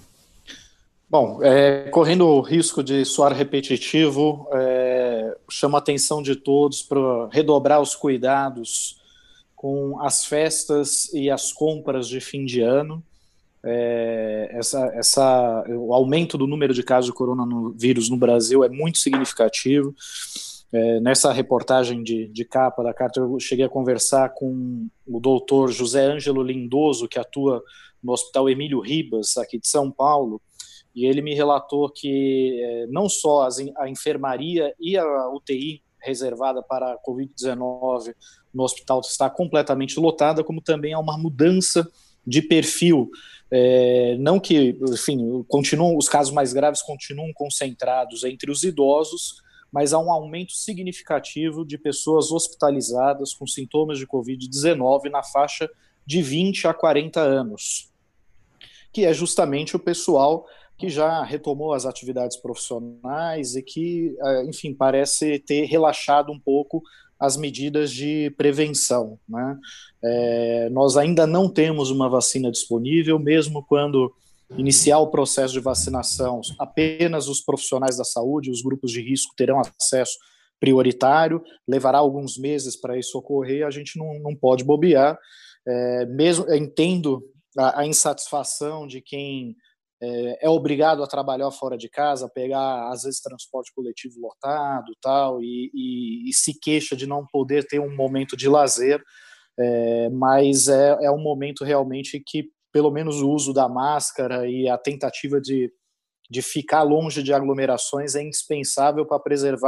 Bom, é, correndo o risco de soar repetitivo, é, chamo a atenção de todos para redobrar os cuidados com as festas e as compras de fim de ano. É, essa, essa, o aumento do número de casos de coronavírus no Brasil é muito significativo. É, nessa reportagem de, de capa da carta, eu cheguei a conversar com o doutor José Ângelo Lindoso, que atua no Hospital Emílio Ribas, aqui de São Paulo, e ele me relatou que é, não só as, a enfermaria e a U T I reservada para a covid dezenove no hospital está completamente lotada, como também há uma mudança de perfil. É, não que, enfim, continuam, os casos mais graves continuam concentrados entre os idosos, mas há um aumento significativo de pessoas hospitalizadas com sintomas de covid dezenove na faixa de vinte a quarenta anos, que é justamente o pessoal que já retomou as atividades profissionais e que, enfim, parece ter relaxado um pouco as medidas de prevenção, né? É, nós ainda não temos uma vacina disponível, mesmo quando iniciar o processo de vacinação, apenas os profissionais da saúde, os grupos de risco terão acesso prioritário, levará alguns meses para isso ocorrer, a gente não, não pode bobear. É, mesmo, eu entendo a, a insatisfação de quem é, é obrigado a trabalhar fora de casa, pegar, às vezes, transporte coletivo lotado tal, e, e, e se queixa de não poder ter um momento de lazer, é, mas é, é um momento realmente que, pelo menos o uso da máscara e a tentativa de, de ficar longe de aglomerações é indispensável para preservar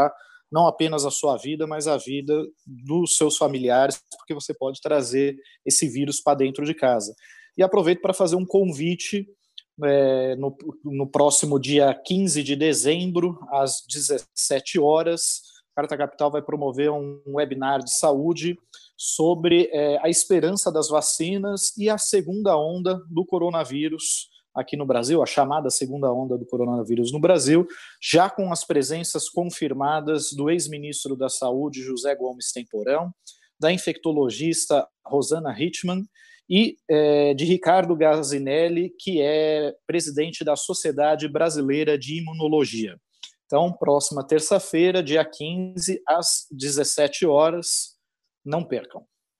não apenas a sua vida, mas a vida dos seus familiares, porque você pode trazer esse vírus para dentro de casa. E aproveito para fazer um convite é, no, no próximo dia quinze de dezembro, às dezessete horas, Carta Capital vai promover um webinar de saúde sobre é, a esperança das vacinas e a segunda onda do coronavírus aqui no Brasil, a chamada segunda onda do coronavírus no Brasil, já com as presenças confirmadas do ex-ministro da Saúde, José Gomes Temporão, da infectologista Rosana Hitman e é, de Ricardo Gazinelli, que é presidente da Sociedade Brasileira de Imunologia. Então, próxima terça-feira, dia quinze, às dezessete horas, não percam.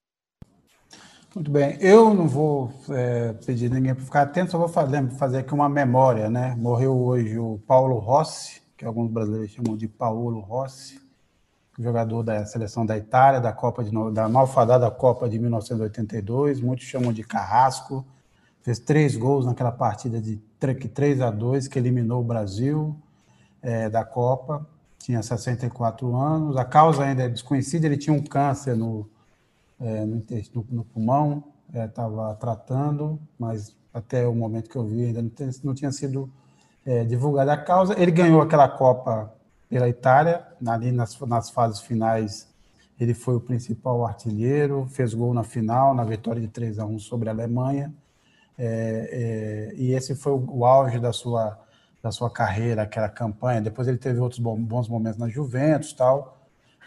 Muito bem, eu não vou é, pedir ninguém para ficar atento, só vou fazer, fazer aqui uma memória, né? Morreu hoje o Paulo Rossi, que alguns brasileiros chamam de Paolo Rossi, jogador da seleção da Itália, da Copa de, da malfadada Copa de mil novecentos e oitenta e dois, muitos chamam de Carrasco, fez três gols naquela partida de três a dois que eliminou o Brasil é, da Copa, tinha sessenta e quatro anos, a causa ainda é desconhecida, ele tinha um câncer no É, no, no, no pulmão, estava é, tratando, mas até o momento que eu vi ainda não, tem, não tinha sido é, divulgada a causa. Ele ganhou aquela Copa pela Itália, ali nas, nas fases finais ele foi o principal artilheiro, fez gol na final, na vitória de três a um sobre a Alemanha, é, é, e esse foi o, o auge da sua, da sua carreira, aquela campanha. Depois ele teve outros bons momentos na Juventus e tal,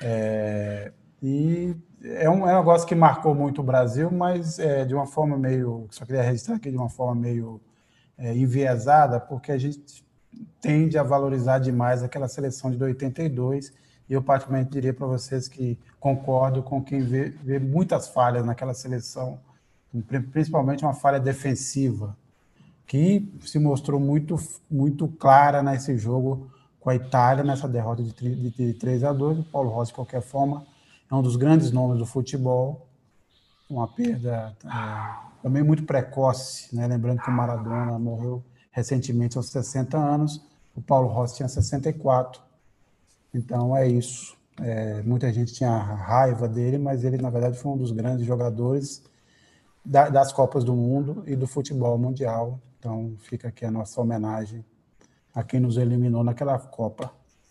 é, e É um, é um negócio que marcou muito o Brasil, mas é, de uma forma meio... Só queria registrar aqui de uma forma meio é, enviesada, porque a gente tende a valorizar demais aquela seleção de oitenta e dois, e eu particularmente diria para vocês que concordo com quem vê, vê muitas falhas naquela seleção, principalmente uma falha defensiva, que se mostrou muito, muito clara nesse jogo com a Itália, nessa derrota de, de, de três a dois. O Paulo Rossi, de qualquer forma, é um dos grandes nomes do futebol, uma perda é, também muito precoce, né? Lembrando que o Maradona morreu recentemente aos sessenta anos, o Paulo Rossi tinha sessenta e quatro, então é isso. É, muita gente tinha raiva dele, mas ele, na verdade, foi um dos grandes jogadores da, das Copas do Mundo e do futebol mundial, então fica aqui a nossa homenagem a quem nos eliminou naquela Copa.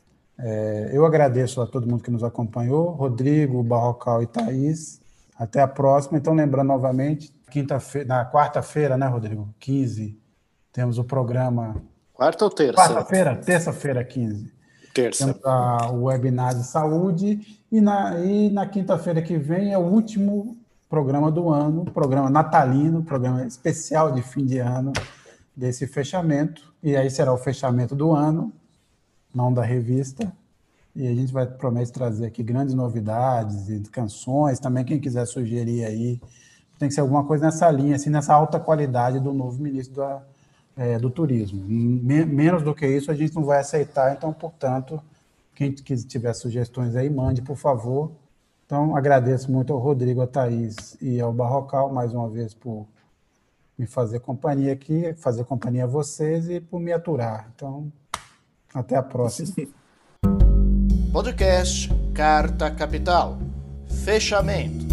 É, eu agradeço a todo mundo que nos acompanhou, Rodrigo, Barrocal e Thaís. Até a próxima. Então, lembrando novamente, quinta-feira, na quarta-feira, né, Rodrigo? quinze, temos o programa. Quarta ou terça? Quarta-feira, terça-feira, quinze. Terça. Temos a, o webinar de saúde. E na, e na quinta-feira que vem é o último programa do ano, programa natalino, programa especial de fim de ano desse fechamento. E aí será o fechamento do ano, não da revista, e a gente vai promete trazer aqui grandes novidades e canções, também quem quiser sugerir aí, tem que ser alguma coisa nessa linha, assim, nessa alta qualidade do novo ministro da, é, do turismo. Menos do que isso a gente não vai aceitar, então, portanto, quem tiver sugestões aí, mande, por favor. Então, agradeço muito ao Rodrigo, a Thaís e ao Barrocal, mais uma vez, por me fazer companhia aqui, fazer companhia a vocês e por me aturar. Então, até a próxima. Podcast Carta Capital. Fechamento.